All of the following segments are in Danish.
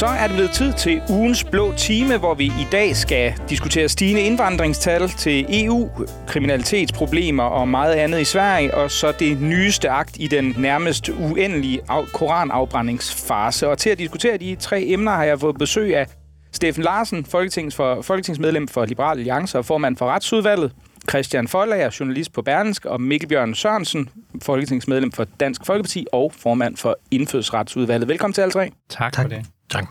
Så er det blevet tid til ugens blå time, hvor vi i dag skal diskutere stigende indvandringstal til EU, kriminalitetsproblemer og meget andet i Sverige, og så det nyeste akt i den nærmest uendelige koranafbrændingsfase. Og til at diskutere de tre emner har jeg fået besøg af Steffen Larsen, folketingsmedlem for Liberal Alliance og formand for Retsudvalget, Christian Foldager, journalist på Berlingske, og Mikkel Bjørn Sørensen, folketingsmedlem for Dansk Folkeparti og formand for Indfødsretsudvalget. Velkommen til alle tre. Tak for det. Tak.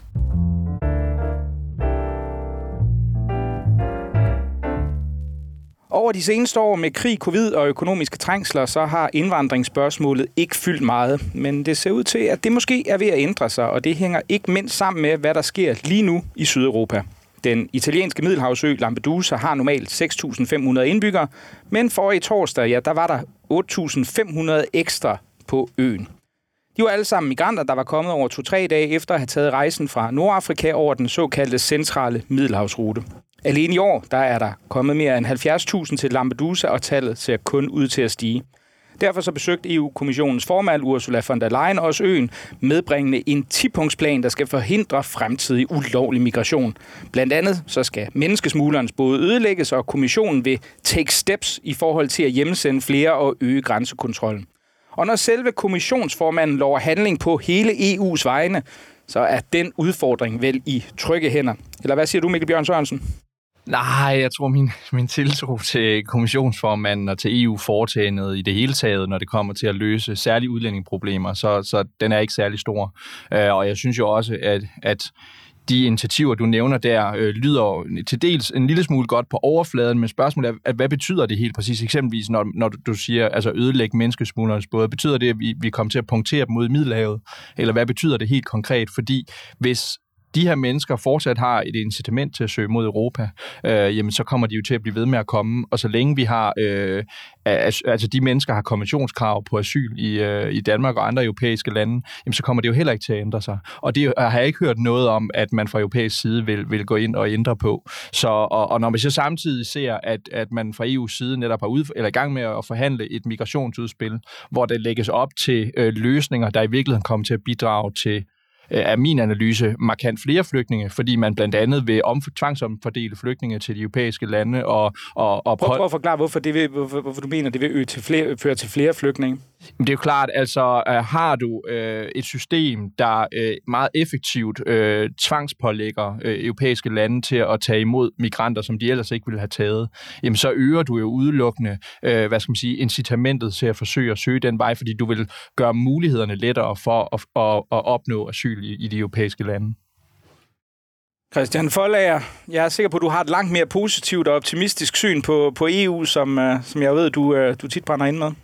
Over de seneste år med krig, covid og økonomiske trængsler, så har indvandringsspørgsmålet ikke fyldt meget. Men det ser ud til, at det måske er ved at ændre sig, og det hænger ikke mindst sammen med, hvad der sker lige nu i Sydeuropa. Den italienske middelhavsø Lampedusa har normalt 6.500 indbyggere, men forrige torsdag, der var der 8.500 ekstra på øen. De var alle sammen migranter, der var kommet over 2-3 dage efter at have taget rejsen fra Nordafrika over den såkaldte centrale middelhavsrute. Alene i år, der er der kommet mere end 70.000 til Lampedusa, og tallet ser kun ud til at stige. Derfor så besøgte EU-kommissionens formand Ursula von der Leyen også øen, medbringende en 10-punktsplan, der skal forhindre fremtidig ulovlig migration. Blandt andet så skal menneskesmuglerens både ødelægges, og kommissionen vil take steps i forhold til at hjemsende flere og øge grænsekontrollen. Og når selve kommissionsformanden lover handling på hele EU's vegne, så er den udfordring vel i trygge hænder. Eller hvad siger du, Mikkel Bjørn Sørensen? Nej, jeg tror, min tiltro til kommissionsformanden og til EU-foretagendet i det hele taget, når det kommer til at løse særlige udlændingeproblemer, så den er ikke særlig stor. Og jeg synes jo også, at de initiativer, du nævner der, lyder til dels en lille smule godt på overfladen, men spørgsmålet er, hvad betyder det helt præcis? Eksempelvis, når du siger, altså ødelægge menneskesmuglernes både, betyder det, at vi kommer til at punktere dem ud i Middelhavet? Eller hvad betyder det helt konkret? Fordi hvis de her mennesker fortsat har et incitament til at søge mod Europa, jamen så kommer de jo til at blive ved med at komme. Og så længe vi har, altså de mennesker har konventionskrav på asyl i Danmark og andre europæiske lande, jamen så kommer det jo heller ikke til at ændre sig. Og det har jeg ikke hørt noget om, at man fra europæisk side vil gå ind og ændre på. Så, og når man så samtidig ser, at man fra EU's side netop er i gang med at forhandle et migrationsudspil, hvor der lægges op til løsninger, der i virkeligheden kommer til at bidrage til, af min analyse, markant flere flygtninge, fordi man blandt andet vil tvangsomfordele flygtninge til de europæiske lande. Prøv at forklare, hvorfor du mener, det vil føre til flere flygtninge. Det er jo klart, altså har du et system, der meget effektivt tvangspålægger europæiske lande til at tage imod migranter, som de ellers ikke ville have taget, jamen så øger du jo udelukkende, incitamentet til at forsøge at søge den vej, fordi du vil gøre mulighederne lettere for at opnå asyl i de europæiske lande. Christian Foldager, jeg er sikker på, at du har et langt mere positivt og optimistisk syn på EU, som jeg ved, du tit brænder ind med.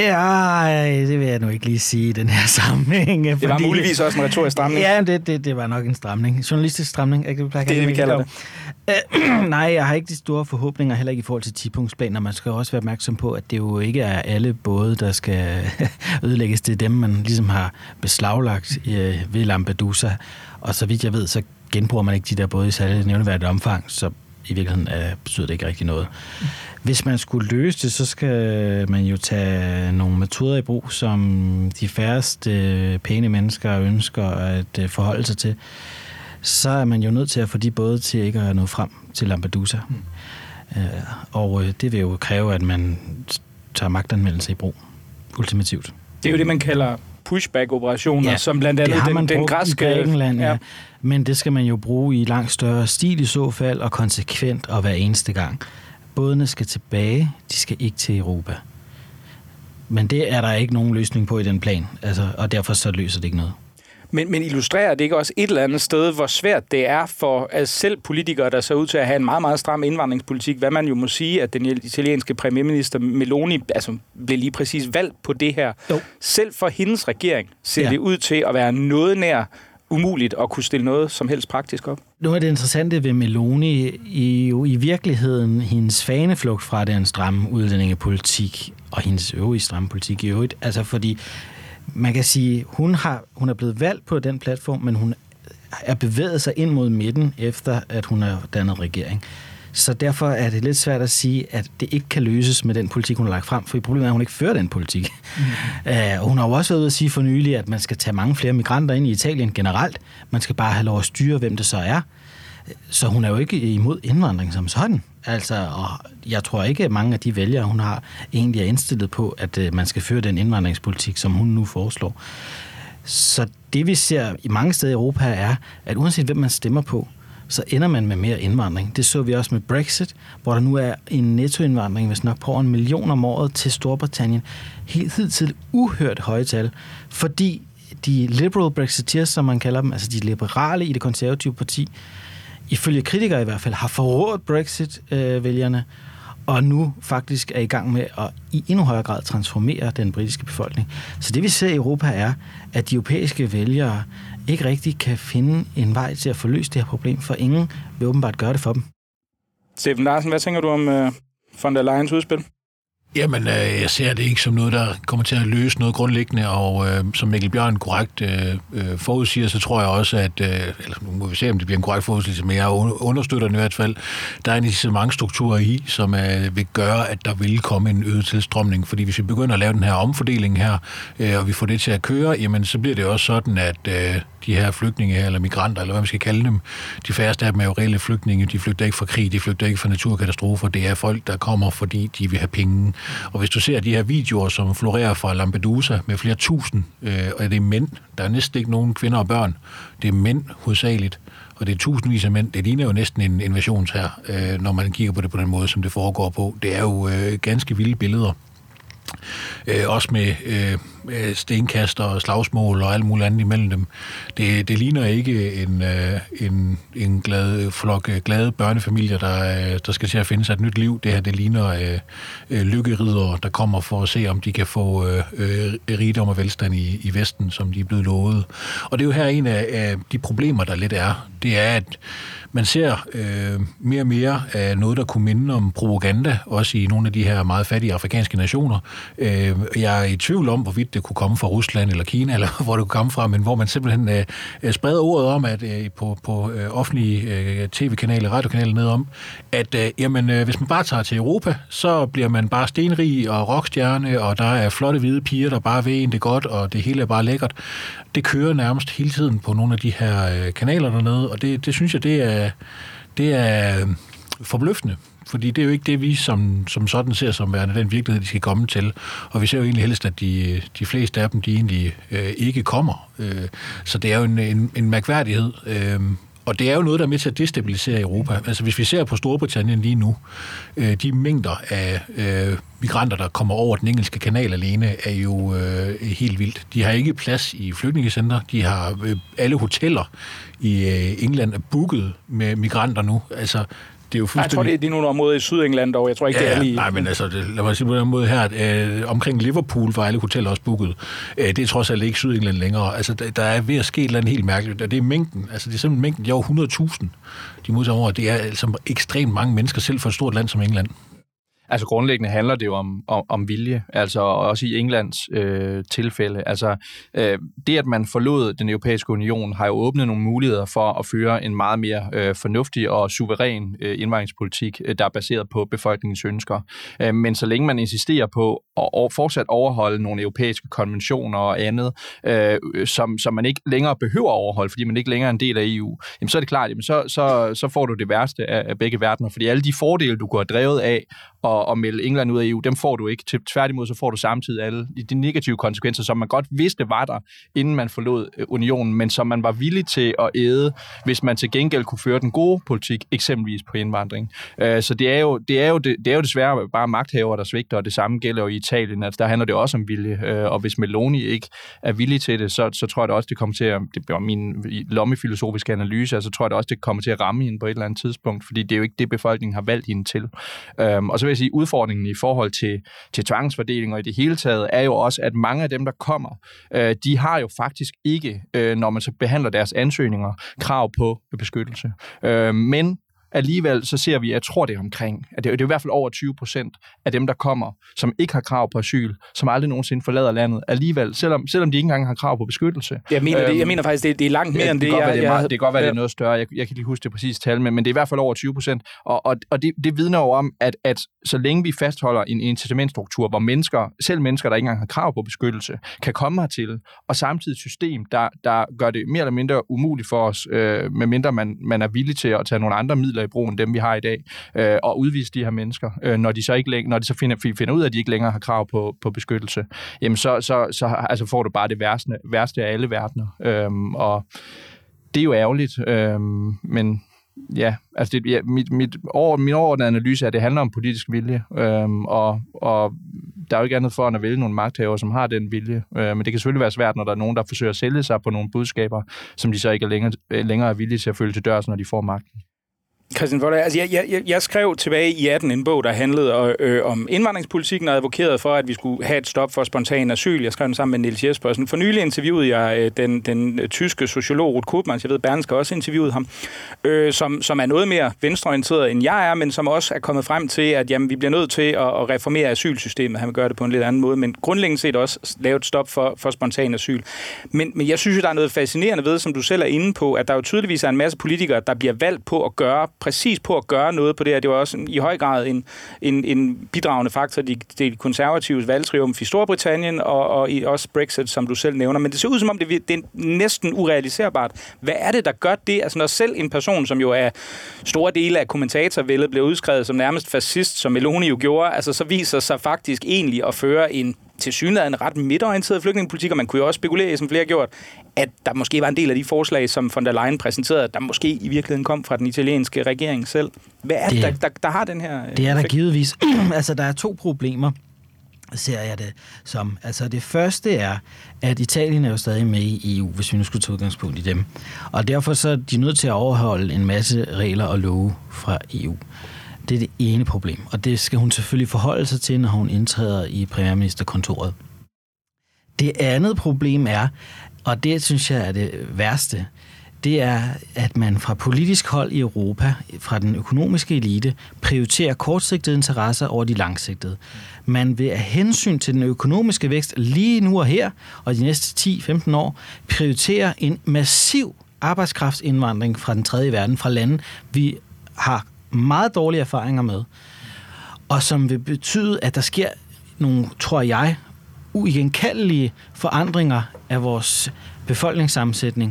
Ja, det vil jeg nu ikke lige sige i den her sammenhæng. Det var muligvis også en retorisk stramning. Ja, det var nok en stramning. Journalistisk stramning, ikke? Det er det, vi kalder det. Nej, jeg har ikke de store forhåbninger, heller ikke i forhold til 10-punktsplaner. Man skal også være opmærksom på, at det jo ikke er alle både, der skal ødelægges. Det er dem, man ligesom har beslaglagt ved Lampedusa. Og så vidt jeg ved, så genbruger man ikke de der både i særligt nævneværdigt omfang, så i virkeligheden betyder det ikke rigtig noget. Hvis man skulle løse det, så skal man jo tage nogle metoder i brug, som de færreste pæne mennesker ønsker at forholde sig til. Så er man jo nødt til at få de både til ikke at nå frem til Lampedusa. Og det vil jo kræve, at man tager magtanvendelse i brug, ultimativt. Det er jo det, man kalder pushback-operationer, som blandt andet den græske... Grækenland, ja. Men det skal man jo bruge i langt større stil i så fald, og konsekvent og hver eneste gang. Bådene skal tilbage, de skal ikke til Europa. Men det er der ikke nogen løsning på i den plan, og derfor så løser det ikke noget. Men illustrerer det ikke også et eller andet sted, hvor svært det er for selv politikere, der ser ud til at have en meget, meget stram indvandringspolitik, hvad man jo må sige, at den italienske premierminister Meloni blev lige præcis valgt på det her. Jo. Selv for hendes regering ser det ud til at være noget nær umuligt at kunne stille noget som helst praktisk op. Noget af det interessante ved Meloni i virkeligheden hendes faneflugt fra den stramme udlændingepolitik og hendes øvrige stramme politik i øvrigt. Altså fordi man kan sige, hun er blevet valgt på den platform, men hun er bevæget sig ind mod midten efter, at hun har dannet regering. Så derfor er det lidt svært at sige, at det ikke kan løses med den politik, hun har lagt frem, for problemet er, at hun ikke fører den politik. Og hun har jo også været ude at sige for nylig, at man skal tage mange flere migranter ind i Italien generelt. Man skal bare have lov at styre, hvem det så er. Så hun er jo ikke imod indvandring som sådan. Altså, og jeg tror ikke, at mange af de vælgere, hun har, egentlig er indstillet på, at man skal føre den indvandringspolitik, som hun nu foreslår. Så det, vi ser i mange steder i Europa, er, at uanset hvem man stemmer på, så ender man med mere indvandring. Det så vi også med Brexit, hvor der nu er en nettoindvandring, hvis nok på over 1 million om året til Storbritannien. Helt hidtil uhørt høje tal, fordi de liberal brexiteers, som man kalder dem, altså de liberale i det konservative parti, ifølge kritikere i hvert fald, har forrådt Brexit-vælgerne, og nu faktisk er i gang med at i endnu højere grad transformere den britiske befolkning. Så det vi ser i Europa er, at de europæiske vælgere ikke rigtig kan finde en vej til at få løst det her problem, for ingen vil åbenbart gøre det for dem. Steffen Larsen, hvad tænker du om von der Leyens udspil? Jamen, jeg ser det ikke som noget, der kommer til at løse noget grundlæggende, og som Mikkel Bjørn korrekt forudsiger, så tror jeg også, at, eller nu må vi se, om det bliver en korrekt forudsigelse, men jeg understøtter den i hvert fald, der er en incitamentsstruktur i, som vil gøre, at der vil komme en øget tilstrømning, fordi hvis vi begynder at lave den her omfordeling her, og vi får det til at køre, jamen så bliver det også sådan, at de her flygtninge her, eller migranter, eller hvad man skal kalde dem, de færreste af dem er jo reelle flygtninge, de flygter ikke fra krig, de flygter ikke fra naturkatastrofer, det er folk, der kommer, fordi de vil have penge. Og hvis du ser de her videoer, som florerer fra Lampedusa med flere tusind, og det er mænd, der er næsten ikke nogen kvinder og børn, det er mænd hovedsageligt, og det er tusindvis af mænd, det ligner jo næsten en invasionshær, når man kigger på det på den måde, som det foregår på. Det er jo ganske vilde billeder. Også med stenkaster og slagsmål og alt muligt andet imellem dem. Det ligner ikke en glad flok glade børnefamilier, der skal til at finde sig et nyt liv. Det her, det ligner lykkeriddere, der kommer for at se, om de kan få rigdom og velstand i Vesten, som de er blevet lovet. Og det er jo her en af de problemer, der lidt er. Det er, at man ser mere og mere af noget, der kunne minde om propaganda, også i nogle af de her meget fattige afrikanske nationer. Jeg er i tvivl om, hvorvidt det kunne komme fra Rusland eller Kina, eller hvor det kunne komme fra, men hvor man simpelthen spreder ordet om, at på offentlige tv-kanaler, radiokanaler nedom, at hvis man bare tager til Europa, så bliver man bare stenrig og rockstjerne, og der er flotte hvide piger, der bare ved en det godt, og det hele er bare lækkert. Det kører nærmest hele tiden på nogle af de her kanaler dernede, og det synes jeg, det er forbløffende. Fordi det er jo ikke det, vi som sådan ser som værende den virkelighed, de skal komme til. Og vi ser jo egentlig helst, at de fleste af dem, de egentlig ikke kommer. Så det er jo en mærkværdighed. Og det er jo noget, der er med til at destabilisere Europa. Altså hvis vi ser på Storbritannien lige nu, de mængder af migranter, der kommer over den engelske kanal alene, er jo helt vildt. De har ikke plads i flygtningecenter. De har alle hoteller i England er booket med migranter nu. Altså det er jo fuldstændig... Jeg tror, det er nogle områder i Sydengland, og jeg tror ikke, det er lige... Nej, men altså, lad mig sige på den måde her, omkring Liverpool var alle hoteller også booket. Det er trods alt ikke Sydengland længere. Altså, der er ved at ske et eller andet helt mærkeligt, og det er mængden. Altså, det er simpelthen mængden. De er over 100.000, de modtager over. Det er altså ekstremt mange mennesker, selv for et stort land som England. Altså grundlæggende handler det jo om vilje, altså også i Englands tilfælde. Altså det, at man forlod den europæiske union, har jo åbnet nogle muligheder for at føre en meget mere fornuftig og suveræn indvandringspolitik, der er baseret på befolkningens ønsker. Men så længe man insisterer på at fortsat overholde nogle europæiske konventioner og andet, som man ikke længere behøver at overholde, fordi man ikke længere er en del af EU, jamen så er det klart, jamen så får du det værste af begge verdener, fordi alle de fordele, du går drevet af og melde England ud af EU, dem får du ikke. Tværtimod så får du samtidig alle de negative konsekvenser, som man godt vidste var der, inden man forlod unionen, men som man var villig til at æde, hvis man til gengæld kunne føre den gode politik, eksempelvis på indvandring. Så det er jo desværre bare magthaver, der svigter, og det samme gælder jo i Italien. Altså, der handler det også om vilje, og hvis Meloni ikke er villig til det, så tror jeg da også, det kommer til at, det er min lommefilosofiske analyse, altså tror jeg da også, det kommer til at ramme hende på et eller andet tidspunkt, fordi det er jo ikke det, befolkningen har valgt hende til. Og så vil jeg sige, udfordringen i forhold til tvangsfordeling og i det hele taget, er jo også, at mange af dem, der kommer, de har jo faktisk ikke, når man så behandler deres ansøgninger, krav på beskyttelse. Men alligevel så ser vi, jeg tror det er omkring, at det er i hvert fald over 20% af dem, der kommer, som ikke har krav på asyl, som aldrig nogensinde forlader landet, alligevel, selvom de ikke engang har krav på beskyttelse. Jeg mener faktisk, det er langt mere end det. Det kan godt være, det er noget større. Jeg kan ikke huske det præcise tal, men det er i hvert fald over 20%. Og det vidner jo om, at så længe vi fastholder en incitamentstruktur, hvor selv mennesker, der ikke engang har krav på beskyttelse, kan komme hertil, og samtidig et system, der gør det mere eller mindre umuligt for os, medmindre man er villig til at tage nogle andre midler i brug end dem, vi har i dag, og udvise de her mennesker, når de så finder ud af, at de ikke længere har krav på beskyttelse, jamen så får du bare det værste af alle verdener. Og det er jo ærgerligt, men ja, altså min overordnede analyse er, at det handler om politisk vilje, og der er jo ikke andet for, end at vælge nogle magthavere, som har den vilje. Men det kan selvfølgelig være svært, når der er nogen, der forsøger at sælge sig på nogle budskaber, som de så ikke længere er villige til at følge til dørs, når de får magten. Christian Voller, altså jeg skrev tilbage i 18 en bog, der handlede om indvandringspolitikken og advokerede for, at vi skulle have et stop for spontan asyl. Jeg skrev den sammen med Niels Jespersen. For nylig interviewede jeg den tyske sociolog Ruth Koopmans, jeg ved, Berlingske også interviewede ham, som er noget mere venstreorienteret, end jeg er, men som også er kommet frem til, at jamen, vi bliver nødt til at reformere asylsystemet. Han vil gøre det på en lidt anden måde, men grundlæggende set også lave et stop for spontan asyl. Men jeg synes jo, der er noget fascinerende ved, som du selv er inde på, at der jo tydeligvis er en masse politikere, der bliver valgt på at gøre noget på det her. Det var også i høj grad en bidragende faktor, de konservatives valgtriumf i Storbritannien, og også Brexit, som du selv nævner. Men det ser ud som om, det er næsten urealiserbart. Hvad er det, der gør det? Altså når selv en person, som jo er store dele af kommentatorvældet, bliver udskrevet som nærmest fascist, som Meloni jo gjorde, altså så viser sig faktisk egentlig at føre en tilsyneladende ret midtorienteret flygtningepolitik, og man kunne jo også spekulere i, som flere har gjort, at der måske var en del af de forslag, som von der Leyen præsenterede, der måske i virkeligheden kom fra den italienske regering selv. Hvad er det, der har den her Det er der givetvis. Altså, der er 2 problemer, ser jeg det som. Altså, det første er, at Italien er jo stadig med i EU, hvis vi nu skulle tage udgangspunkt i dem. Og derfor så er de nødt til at overholde en masse regler og love fra EU. Det er det ene problem, og det skal hun selvfølgelig forholde sig til, når hun indtræder i premierministerkontoret. Det andet problem er, og det synes jeg er det værste, det er, at man fra politisk hold i Europa, fra den økonomiske elite, prioriterer kortsigtede interesser over de langsigtede. Man vil af hensyn til den økonomiske vækst lige nu og her, og de næste 10-15 år, prioritere en massiv arbejdskraftsindvandring fra den tredje verden, fra lande, vi har meget dårlige erfaringer med, og som vil betyde, at der sker nogle, tror jeg, uigenkaldelige forandringer af vores befolkningssammensætning,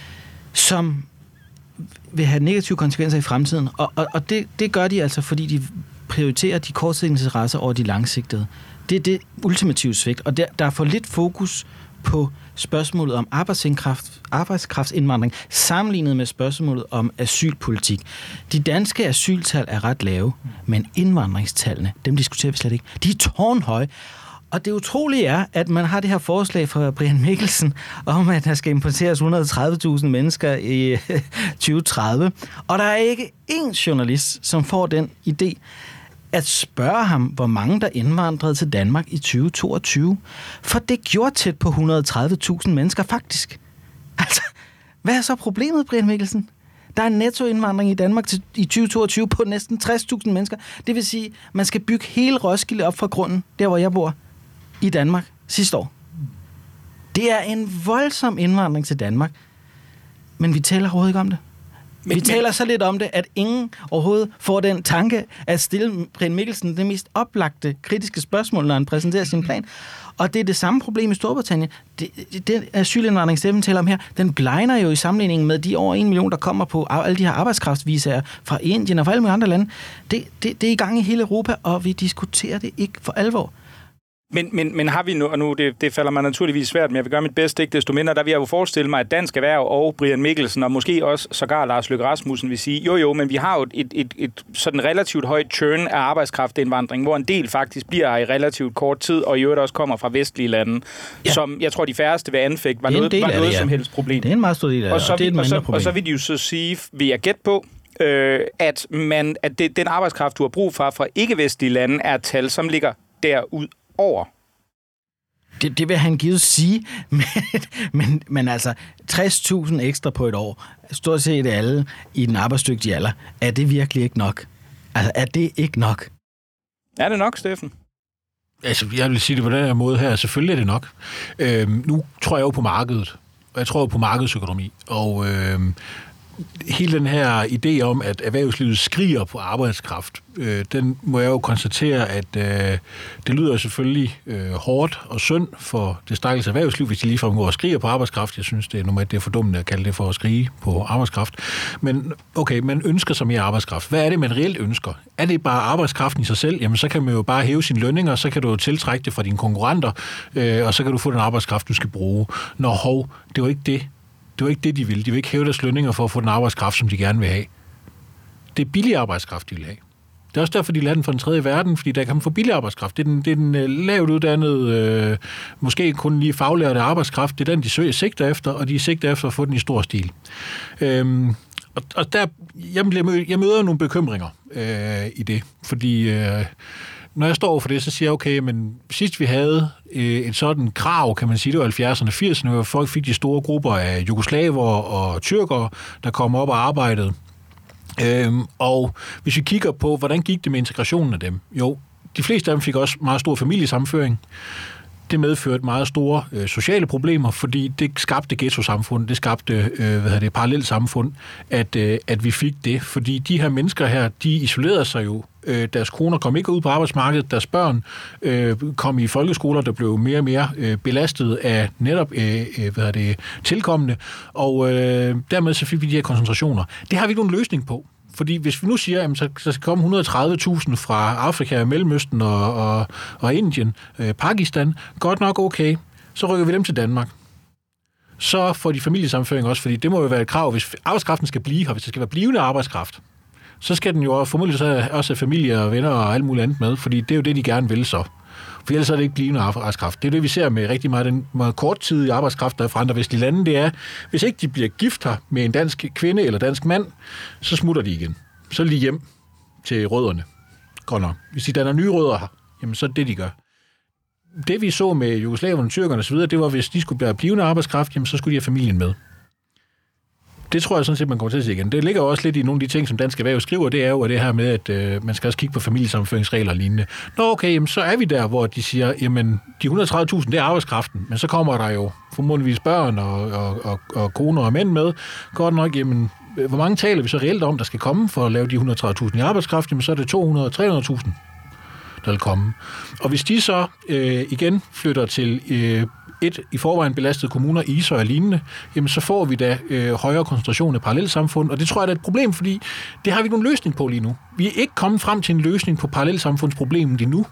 som vil have negative konsekvenser i fremtiden. Og det gør de altså, fordi de prioriterer de kortsigtede interesser over de langsigtede. Det er det ultimative svigt, og der er for lidt fokus på spørgsmålet om arbejdskraftsindvandring sammenlignet med spørgsmålet om asylpolitik. De danske asyltal er ret lave, men indvandringstallene, dem diskuterer vi slet ikke. De er tårnhøje. Og det utrolige er, at man har det her forslag fra Brian Mikkelsen om, at der skal importeres 130.000 mennesker i 2030. Og der er ikke én journalist, som får den idé at spørge ham, hvor mange der indvandrede til Danmark i 2022. For det gjorde tæt på 130.000 mennesker faktisk. Altså, hvad er så problemet, Brian Mikkelsen? Der er en nettoindvandring i Danmark i 2022 på næsten 60.000 mennesker. Det vil sige, man skal bygge hele Roskilde op fra grunden, der hvor jeg bor, i Danmark sidste år. Det er en voldsom indvandring til Danmark, men vi taler overhovedet ikke om det. Vi taler så lidt om det, at ingen overhovedet får den tanke at stille Brian Mikkelsen det mest oplagte kritiske spørgsmål, når han præsenterer sin plan. Og det er det samme problem i Storbritannien. Den asylindvandring, Steffen taler om her, den blegner jo i sammenligning med de over 1 million, der kommer på alle de her arbejdskraftsvisaer fra Indien og fra alle mulige andre lande. Det er i gang i hele Europa, og vi diskuterer det ikke for alvor. Men har vi nu, og nu det falder mig naturligvis svært, men jeg vil gøre mit bedste, ikke desto mindre, der vil jeg jo forestille mig, at Dansk Erhverv og Brian Mikkelsen, og måske også sågar Lars Løkke Rasmussen vil sige, jo, men vi har jo et sådan relativt højt churn af arbejdskraftindvandring, hvor en del faktisk bliver i relativt kort tid, og i øvrigt også kommer fra vestlige lande, som jeg tror de færreste vil anfægte, var noget som helst problem. Det er en meget stor del af det, og det er et mindre problem. Og så vil de jo så sige, vil jeg gætte på, at den arbejdskraft, du har brug for fra ikke-vestlige lande, er et tal, som ligger derud over. Det vil han givet sige, men altså 60.000 ekstra på et år, stort set alle i den arbejdsdygtige alder, er det virkelig ikke nok? Altså, er det ikke nok? Er det nok, Steffen? Altså, jeg vil sige det på den her måde her. Selvfølgelig er det nok. Nu tror jeg jo på markedet, og jeg tror jo på markedsøkonomi, og hele den her idé om, at erhvervslivet skriger på arbejdskraft, den må jeg jo konstatere, at det lyder selvfølgelig hårdt og synd for det stakkels erhvervsliv, hvis de ligefrem går og skriger på arbejdskraft. Jeg synes, det er normalt det er for dumt at kalde det for at skrige på arbejdskraft. Men okay, man ønsker sig mere arbejdskraft. Hvad er det, man reelt ønsker? Er det bare arbejdskraften i sig selv? Jamen, så kan man jo bare hæve sine lønninger, så kan du tiltrække det fra dine konkurrenter, og så kan du få den arbejdskraft, du skal bruge. Det var ikke det. Det var ikke det, de ville. De vil ikke hæve deres lønninger for at få den arbejdskraft, som de gerne vil have. Det er billig arbejdskraft, de vil have. Det er også derfor, de lader den fra den tredje verden, fordi der kan man få billig arbejdskraft. Det er den lavt uddannede, måske kun lige faglærte arbejdskraft. Det er den, de sigter efter, og de sigter efter at få den i stor stil. Og der, jeg møder nogle bekymringer i det, fordi når jeg står for det, så siger jeg, okay, men sidst vi havde et sådan krav, kan man sige, det var 70'erne og 80'erne, hvor folk fik de store grupper af jugoslaver og tyrkere, der kom op og arbejdede. Og hvis vi kigger på, hvordan gik det med integrationen af dem? Jo, de fleste af dem fik også meget stor familiesammenføring. Det medførte meget store sociale problemer, fordi det skabte ghetto-samfund, det skabte parallelt samfund, at vi fik det. Fordi de her mennesker her, de isolerede sig jo. Deres koner kom ikke ud på arbejdsmarkedet, deres børn kom i folkeskoler, der blev mere og mere belastet af netop tilkommende, og dermed så fik vi de her koncentrationer. Det har vi ikke nogen løsning på. Fordi hvis vi nu siger, at så skal komme 130.000 fra Afrika, Mellemøsten og Indien, Pakistan, godt nok okay, så rykker vi dem til Danmark. Så får de familiesammenføring også, fordi det må jo være et krav, hvis arbejdskraften skal blive her, hvis det skal være blivende arbejdskraft, så skal den jo formodentlig så også have familie og venner og alt muligt andet med, fordi det er jo det, de gerne vil så. For ellers er det ikke blivende arbejdskraft. Det er det, vi ser med rigtig meget den korttidige arbejdskraft, der er fra andre vestlige lande. Det er, hvis ikke de bliver gift her med en dansk kvinde eller dansk mand, så smutter de igen. Så er de hjem til rødderne. Godt nok. Hvis de danner nye rødder her, jamen så er det, de gør. Det vi så med jugoslaverne, tyrkerne osv., det var, hvis de skulle blive blivende arbejdskraft, jamen så skulle de have familien med. Det tror jeg sådan set, man kommer til at se igen. Det ligger også lidt i nogle af de ting, som Dansk Erhverv skriver, det er jo det her med, at man skal også kigge på familiesammenføringsregler og lignende. Nå okay, jamen, så er vi der, hvor de siger, jamen de 130.000, det er arbejdskraften, men så kommer der jo formodentligvis børn og koner og mænd med. Godt nok, jamen, hvor mange taler vi så reelt om, der skal komme for at lave de 130.000 i arbejdskraft, jamen så er det 200-300.000, der vil komme. Og hvis de så igen flytter til i forvejen belastede kommuner, Ishøj og lignende, jamen så får vi da højere koncentration af parallelsamfund, og det tror jeg, der er et problem, fordi det har vi ikke nogen løsning på lige nu. Vi er ikke kommet frem til en løsning på parallelsamfundsproblemet endnu.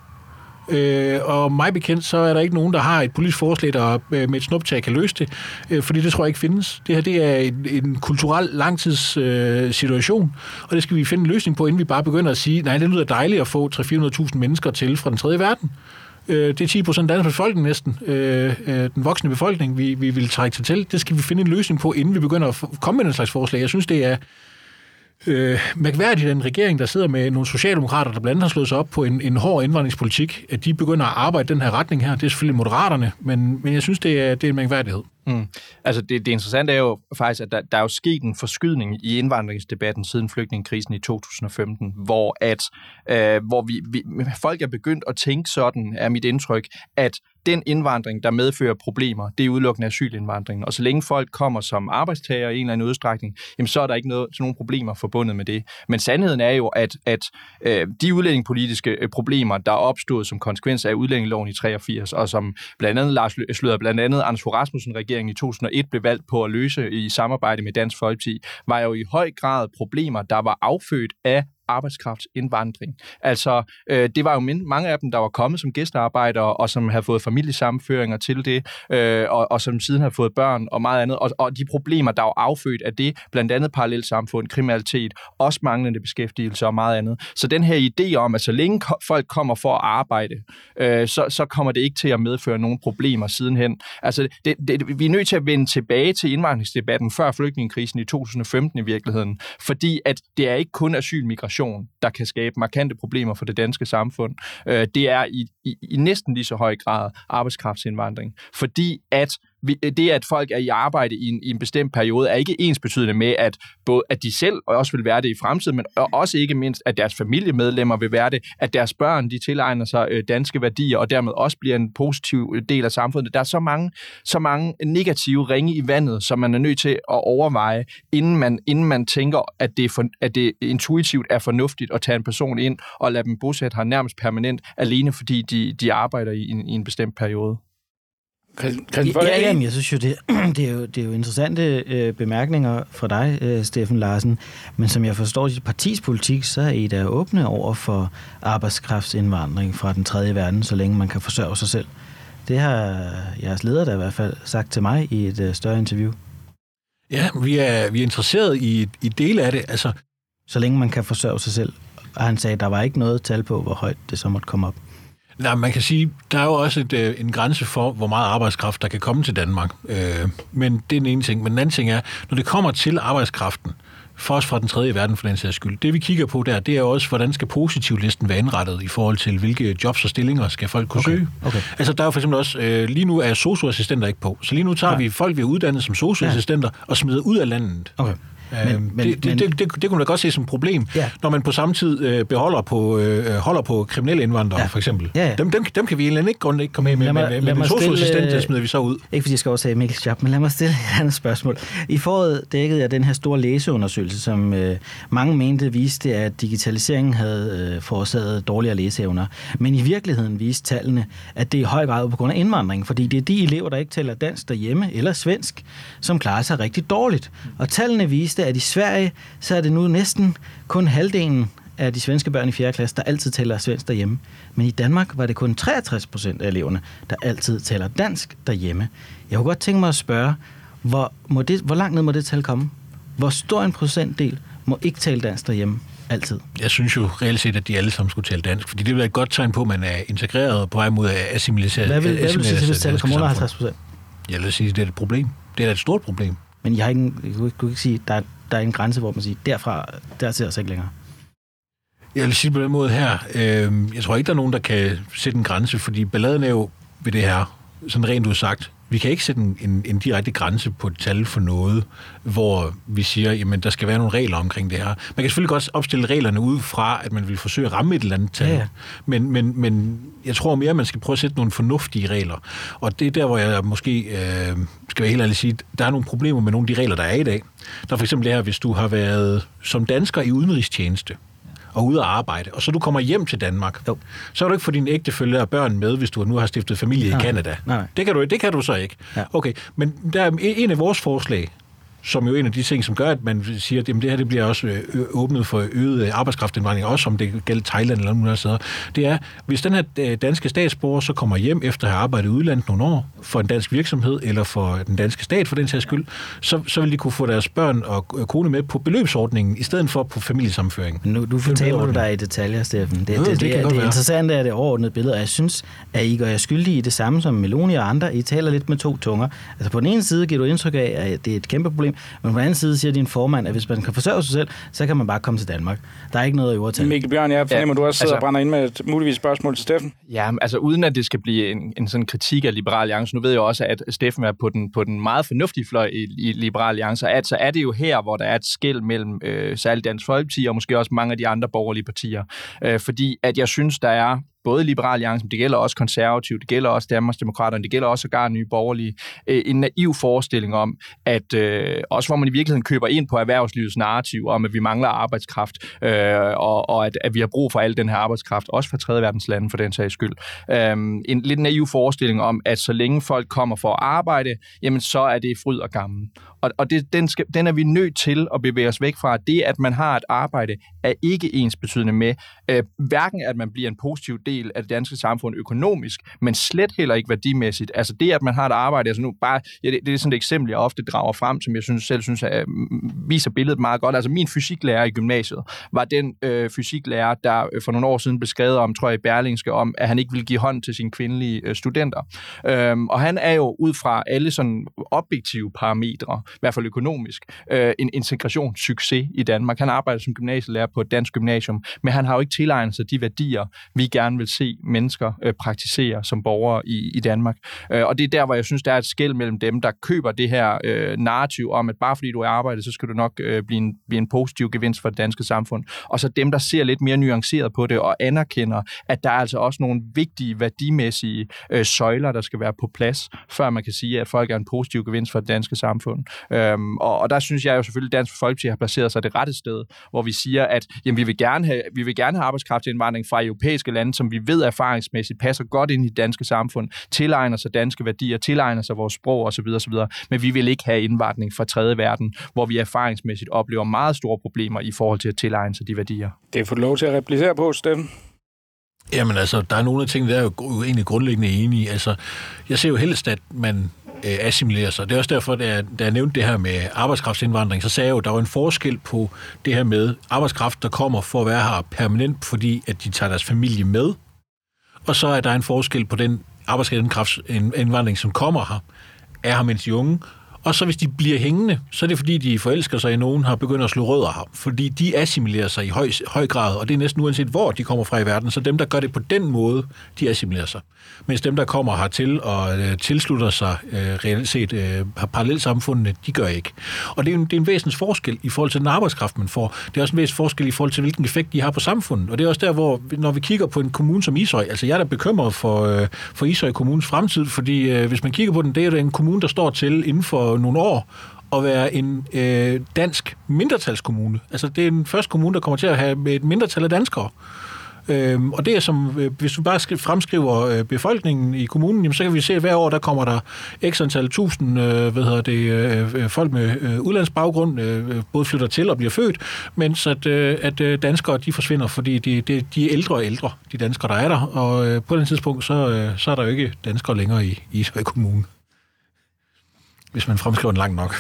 Og mig bekendt, så er der ikke nogen, der har et politisk forslag, der med et snuptag kan løse det, fordi det tror jeg ikke findes. Det her, det er en kulturel langtidssituation, og det skal vi finde en løsning på, inden vi bare begynder at sige, nej, det lyder dejligt at få 300-400.000 mennesker til fra den tredje verden. Det er 10% af dansk befolkning næsten, den voksne befolkning, vi vil trække til. Det skal vi finde en løsning på, inden vi begynder at komme med en slags forslag. Jeg synes, det er mærkværdigt, den regering, der sidder med nogle socialdemokrater, der blandt andet har slået sig op på en hård indvandringspolitik, at de begynder at arbejde den her retning her. Det er selvfølgelig Moderaterne, men jeg synes, det er en mærkværdighed. Altså det interessante er jo faktisk, at der er jo sket en forskydning i indvandringsdebatten siden flygtningekrisen i 2015, hvor folk er begyndt at tænke sådan, er mit indtryk, at den indvandring, der medfører problemer, det er udelukkende asylindvandringen. Og så længe folk kommer som arbejdstager i en eller anden udstrækning, jamen så er der ikke nogen problemer forbundet med det. Men sandheden er jo, at de udlændingepolitiske problemer, der er opstået som konsekvens af udlændingeloven i 83, og som blandt andet Anders Fogh Rasmussen regeringen i 2001 blev valgt på at løse i samarbejde med Dansk Folkeparti, var jo i høj grad problemer, der var affødt af arbejdskraftsindvandring. Altså, det var jo mange af dem, der var kommet som gæstearbejdere, og som havde fået familiesammenføringer til det, og som siden har fået børn og meget andet. Og de problemer, der var affødt af det, blandt andet parallelsamfund, kriminalitet, også manglende beskæftigelse og meget andet. Så den her idé om, at så længe folk kommer for at arbejde, så kommer det ikke til at medføre nogen problemer sidenhen. Altså, vi er nødt til at vende tilbage til indvandringsdebatten før flygtningekrisen i 2015 i virkeligheden, fordi at det er ikke kun asylmigration, migration, der kan skabe markante problemer for det danske samfund. Det er i næsten lige så høj grad arbejdskraftsindvandring. Fordi at folk er i arbejde i en bestemt periode, er ikke ensbetydende med, at de selv også vil være det i fremtiden, men også ikke mindst, at deres familiemedlemmer vil være det, at deres børn, de tilegner sig danske værdier, og dermed også bliver en positiv del af samfundet. Der er så mange negative ringe i vandet, som man er nødt til at overveje, inden man tænker, at det intuitivt er fornuftigt at tage en person ind og lade dem bosætte her nærmest permanent, alene fordi de arbejder i en bestemt periode. Jamen, jeg synes jo, det er jo interessante bemærkninger fra dig, Steffen Larsen, men som jeg forstår dit partis politik, så er I da åbne over for arbejdskraftsindvandring fra den tredje verden, så længe man kan forsørge sig selv. Det har jeres leder da i hvert fald sagt til mig i et større interview. Ja, vi er interesseret i dele af det, altså. Så længe man kan forsørge sig selv. Og han sagde, at der var ikke noget tal på, hvor højt det så måtte komme op. Nej, man kan sige, der er jo også en grænse for, hvor meget arbejdskraft, der kan komme til Danmark. Men det er den ene ting. Men den anden ting er, når det kommer til arbejdskraften, for os fra den tredje verden for den sags skyld, det vi kigger på der, det er også, hvordan skal positivlisten være indrettet i forhold til, hvilke jobs og stillinger skal folk kunne søge. Okay. Altså, der er jo for eksempel også, lige nu er sosu-assistenter ikke på. Så lige nu tager vi folk, vi er uddannet som sosu-assistenter, og smider ud af landet. Okay. Det kunne man da godt se som et problem, når man på samme tid holder på kriminelle indvandrere, for eksempel. Ja. Dem kan vi egentlig ikke komme med, men en sosu-assistent smider vi så ud. Ikke fordi jeg skal oversage Mikkels job, men lad mig stille et andet spørgsmål. I foråret dækkede jeg den her store læseundersøgelse, som mange mente viste, at digitaliseringen havde forårsaget dårligere læseevner. Men i virkeligheden viste tallene, at det er i høj grad på grund af indvandring, fordi det er de elever, der ikke taler dansk derhjemme eller svensk, som klarer sig rigtig dårligt. Og tallene viste, at i Sverige, så er det nu næsten kun halvdelen af de svenske børn i 4. klasse, der altid taler svensk derhjemme. Men i Danmark var det kun 63% af eleverne, der altid taler dansk derhjemme. Jeg kunne godt tænke mig at spørge, hvor langt ned må det tal komme? Hvor stor en procentdel må ikke tale dansk derhjemme altid? Jeg synes jo reelt set, at de alle sammen skulle tale dansk, fordi det vil være et godt tegn på, at man er integreret på vej mod assimilisering. Hvad vil du sige, hvis tallet kommer under 50%? Jeg vil sige, at det er et problem. Det er et stort problem. Men jeg kunne ikke sige, at der er en grænse, hvor man siger, der ser altså ikke længere. Jeg vil sige på den måde her, jeg tror ikke, der er nogen, der kan sætte en grænse, fordi balladen er jo ved det her, sådan rent udsagt. Vi kan ikke sætte en direkte grænse på et tal for noget, hvor vi siger, jamen der skal være nogle regler omkring det her. Man kan selvfølgelig godt opstille reglerne ud fra, at man vil forsøge at ramme et eller andet tal. Ja. Men jeg tror mere, at man skal prøve at sætte nogle fornuftige regler. Og det er der, hvor jeg måske skal være helt ærlig sige, der er nogle problemer med nogle af de regler, der er i dag. Der er for eksempel det her, hvis du har været som dansker i udenrigstjeneste, og ude at arbejde, og så du kommer hjem til Danmark, så kan du ikke få dine ægtefælle og børn med, hvis du nu har stiftet familie i Canada. Nej. Det kan du så ikke. Ja. Okay, men der er en af vores forslag, som jo en af de ting, som gør, at man siger, at jamen, det her det bliver også åbnet for øget arbejdskraftindvandring, også om det gælder Thailand eller nogle steder, det er, hvis den her danske statsborger så kommer hjem efter at have arbejdet i udlandet nogle år for en dansk virksomhed, eller for den danske stat for den sags skyld, så vil de kunne få deres børn og kone med på beløbsordningen, i stedet for på familiesammenføring. Nu fortæller du dig i detaljer, Steffen. Det interessante er det overordnede billede, og jeg synes, at I gør jer skyldige i det samme som Meloni og andre. I taler lidt med to tunger. Altså på den ene side giver du indtryk af, at det er et kæmpe problem, men på den anden side siger din formand, at hvis man kan forsørge sig selv, så kan man bare komme til Danmark. Der er ikke noget i ordtal. Mikkel Bjørn, jeg fornemmer, du også sidder og brænder ind med et muligvis spørgsmål til Steffen. Ja, altså uden at det skal blive en sådan kritik af Liberal Alliance, nu ved jeg også, at Steffen er på den meget fornuftige fløj i Liberal Alliance, og så er det jo her, hvor der er et skel mellem særligt Dansk Folkeparti og måske også mange af de andre borgerlige partier. Fordi at jeg synes, der er både Liberal Alliance, men det gælder også Konservative, det gælder også Danmarksdemokraterne, det gælder også sågar Nye Borgerlige, en naiv forestilling om, at også hvor man i virkeligheden køber ind på erhvervslivets narrativ om, at vi mangler arbejdskraft, og at vi har brug for al den her arbejdskraft, også fra tredje verdens lande for den sags skyld. En lidt naiv forestilling om, at så længe folk kommer for at arbejde, jamen så er det fryd og gammel. Og den er vi nødt til at bevæge os væk fra. Det, at man har et arbejde, er ikke ensbetydende med, hverken at man bliver en positiv del af det danske samfund økonomisk, men slet heller ikke værdimæssigt. Altså det, at man har et arbejde, altså nu bare, det er sådan et eksempel, jeg ofte drager frem, som jeg selv synes viser billedet meget godt. Altså min fysiklærer i gymnasiet var den fysiklærer, der for nogle år siden blev skrevet om, tror jeg i Berlingske, om, at han ikke ville give hånd til sine kvindelige studenter. Og han er jo ud fra alle sådan objektive parametre, i hvert fald økonomisk, en integrationssucces i Danmark. Han arbejder som gymnasielærer på et dansk gymnasium, men han har jo ikke tilegnet sig de værdier, vi gerne vil se mennesker praktisere som borgere i Danmark. Og det er der, hvor jeg synes, der er et skel mellem dem, der køber det her narrativ om, at bare fordi du er i arbejde, så skal du nok blive en positiv gevinst for det danske samfund. Og så dem, der ser lidt mere nuanceret på det og anerkender, at der er altså også nogle vigtige værdimæssige søjler, der skal være på plads, før man kan sige, at folk er en positiv gevinst for det danske samfund. Og der synes jeg jo selvfølgelig, at Dansk Folkeparti har placeret sig det rette sted, hvor vi siger, at jamen, vi vil gerne have arbejdskraftindvandring fra europæiske lande, som vi ved erfaringsmæssigt passer godt ind i det danske samfund, tilegner sig danske værdier, tilegner sig vores sprog osv. Men vi vil ikke have indvandring fra tredje verden, hvor vi erfaringsmæssigt oplever meget store problemer i forhold til at tilegne sig de værdier. Det får du lov til at replicere på, Steffen. Jamen altså, der er nogle af tingene, der er jo egentlig grundlæggende enige i. Altså, jeg ser jo helst, at man assimilerer sig. Det er også derfor, da jeg nævnte det her med arbejdskraftsindvandring, så sagde jeg jo, at der var en forskel på det her med arbejdskraft, der kommer for at være her permanent, fordi at de tager deres familie med. Og så er der en forskel på den arbejdskraftsindvandring, som kommer her, er her mens de unge. Og så hvis de bliver hængende, så er det fordi, de forelsker sig i nogen, har begyndt at slå rødder her. Fordi de assimilerer sig i høj grad, og det er næsten uanset, hvor de kommer fra i verden. Så dem, der gør det på den måde, de assimilerer sig. Mens dem, der kommer hertil og tilslutter sig reelt set parallelsamfundene, de gør ikke. Og det er en væsentlig forskel i forhold til den arbejdskraft, man får. Det er også en væsentlig forskel i forhold til, hvilken effekt de har på samfundet. Og det er også der, hvor, når vi kigger på en kommune som Ishøj, altså jeg er da bekymret for Ishøj Kommunes fremtid, fordi hvis man kigger på den, det er jo en kommune, der står til inden for nogle år at være en dansk mindretalskommune. Altså det er den første kommune, der kommer til at have et mindretal af danskere. Og det er som, hvis du bare fremskriver befolkningen i kommunen, jamen, så kan vi se, at hver år, der kommer der x antal tusind folk med udlandsbaggrund, både flytter til og bliver født, mens at danskere, de forsvinder, fordi de er ældre og ældre, de danskere, der er der. Og på den tidspunkt, så er der jo ikke danskere længere i Ishøj Kommune. Hvis man fremskriver den langt nok.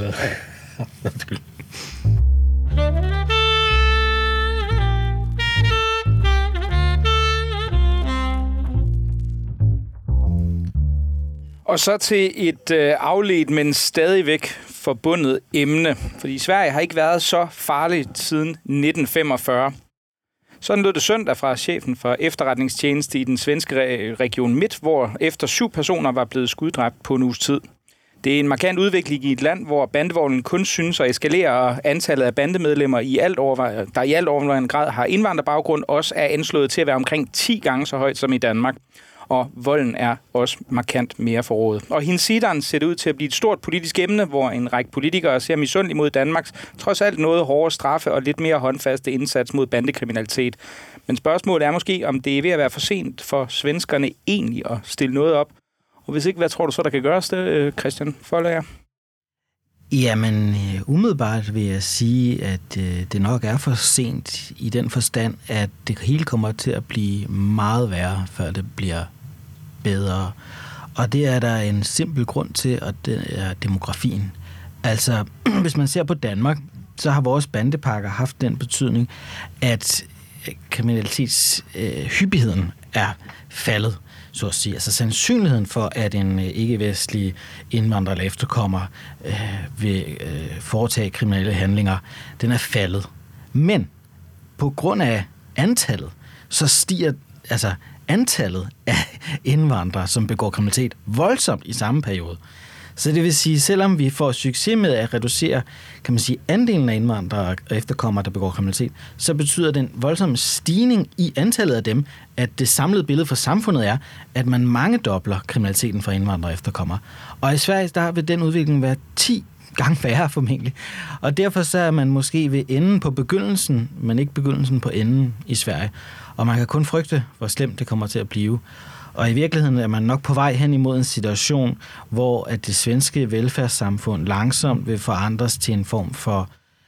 Og så til et afledt, men stadigvæk forbundet emne. Fordi Sverige har ikke været så farligt siden 1945. Sådan lød det søndag fra chefen for efterretningstjeneste i den svenske region Midt, hvor efter 7 personer var blevet skuddræbt på en uges tid. Det er en markant udvikling i et land, hvor bandevolden kun synes at eskalere, og antallet af bandemedlemmer, der i alt overvejende grad har indvandrerbaggrund, også er anslået til at være omkring 10 gange så højt som i Danmark. Og volden er også markant mere forrådet. Og Hinsidan ser det ud til at blive et stort politisk emne, hvor en række politikere ser misundeligt mod Danmarks trods alt noget hårdere straffe og lidt mere håndfaste indsats mod bandekriminalitet. Men spørgsmålet er måske, om det er ved at være for sent for svenskerne egentlig at stille noget op. Og hvis ikke, hvad tror du så, der kan gøres det, Christian Foldager? Jamen, umiddelbart vil jeg sige, at det nok er for sent i den forstand, at det hele kommer til at blive meget værre, før det bliver bedre. Og det er der en simpel grund til, og det er demografien. Altså, hvis man ser på Danmark, så har vores bandepakker haft den betydning, at kriminalitetshyppigheden er faldet, så at sige. Altså sandsynligheden for, at en ikke-vestlig indvandrer eller efterkommer vil foretage kriminelle handlinger, den er faldet. Men på grund af antallet, så stiger antallet af indvandrere, som begår kriminalitet, voldsomt i samme periode. Så det vil sige, selvom vi får succes med at reducere, kan man sige, andelen af indvandrere og efterkommere, der begår kriminalitet, så betyder den voldsomme stigning i antallet af dem, at det samlede billede for samfundet er, at man mangedobler kriminaliteten for indvandrere og efterkommere. Og i Sverige, der vil den udvikling være 10 gange værre formentlig. Og derfor så er man måske ved enden på begyndelsen, men ikke begyndelsen på enden i Sverige. Og man kan kun frygte, hvor slemt det kommer til at blive. Og i virkeligheden er man nok på vej hen imod en situation, hvor at det svenske velfærdssamfund langsomt vil forandres til en form for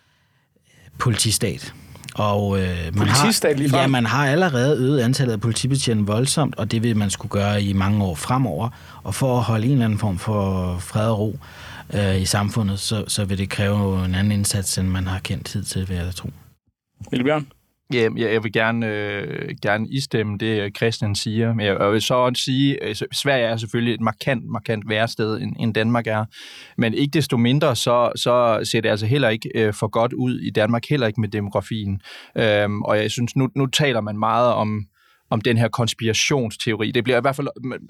politistat. Og man har allerede øget antallet af politibetjente voldsomt, og det vil man skulle gøre i mange år fremover. Og for at holde en eller anden form for fred og ro i samfundet, så vil det kræve en anden indsats, end man har kendt hidtil, vil jeg tro. Mikkel Bjørn? Ja, jeg vil gerne istemme det, Christian siger. Men jeg vil så også sige, at Sverige er selvfølgelig et markant værre sted, end Danmark er. Men ikke desto mindre, så ser det altså heller ikke for godt ud i Danmark, heller ikke med demografien. Og jeg synes, nu taler man meget om den her konspirationsteori. Det bliver i hvert fald,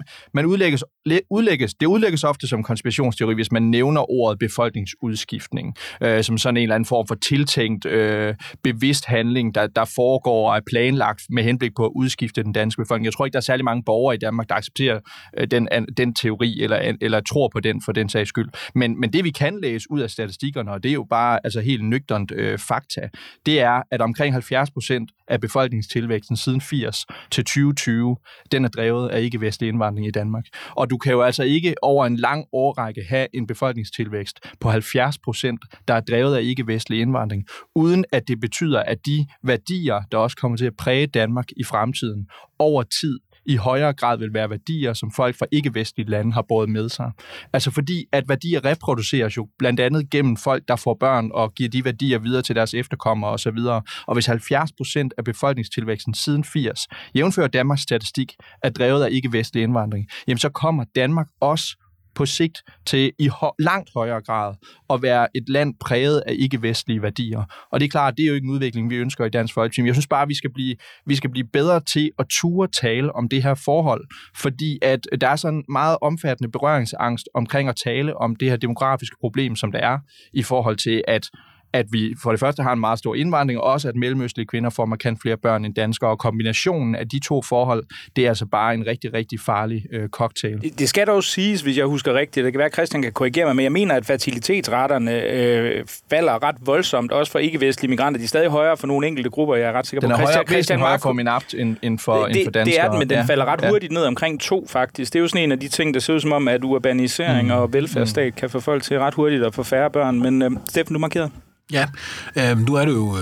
det udlægges ofte som konspirationsteori, hvis man nævner ordet befolkningsudskiftning, som sådan en eller anden form for tiltænkt, bevidst handling, der foregår og er planlagt med henblik på at udskifte den danske befolkning. Jeg tror ikke, der er særlig mange borgere i Danmark, der accepterer den teori, eller tror på den for den sags skyld. Men det, vi kan læse ud af statistikkerne, og det er jo bare altså helt nøgternt fakta, det er, at omkring 70% af befolkningstilvæksten siden 80 til 2020, den er drevet af ikke-vestlig indvandring i Danmark. Og du kan jo altså ikke over en lang årrække have en befolkningstilvækst på 70%, der er drevet af ikke-vestlig indvandring, uden at det betyder, at de værdier, der også kommer til at præge Danmark i fremtiden, over tid, i højere grad vil være værdier, som folk fra ikke-vestlige lande har båret med sig. Altså fordi, at værdier reproduceres jo blandt andet gennem folk, der får børn og giver de værdier videre til deres efterkommere osv. Og hvis 70% af befolkningstilvæksten siden 80, jævnfør Danmarks statistik, er drevet af ikke-vestlig indvandring, jamen så kommer Danmark også på sigt til i langt højere grad at være et land præget af ikke-vestlige værdier. Og det er klart, det er jo ikke en udvikling, vi ønsker i Dansk Folkeparti. Men jeg synes bare, at vi skal blive bedre til at ture tale om det her forhold, fordi at der er sådan meget omfattende berøringsangst omkring at tale om det her demografiske problem, som der er, i forhold til, at vi for det første har en meget stor indvandring, og også at mellemøstlige kvinder får markant flere børn end danskere, og kombinationen af de to forhold, det er altså bare en rigtig, rigtig farlig cocktail. Det skal dog siges, hvis jeg husker rigtigt, det kan være, at Christian kan korrigere mig, men jeg mener, at fertilitetsraterne falder ret voldsomt, også for ikke-vestlige migranter. De er stadig højere for nogle enkelte grupper, jeg er ret sikker på. Den er Christian højere for minapt end for danskere. Det er den, men den falder ret hurtigt ned omkring 2, faktisk. Det er jo sådan en af de ting, der ser ud som om, at urbanisering og velfærdsstat kan få folk til ret hurtigt at få færre børn. Men Steffen, du markerede. Ja, nu er det jo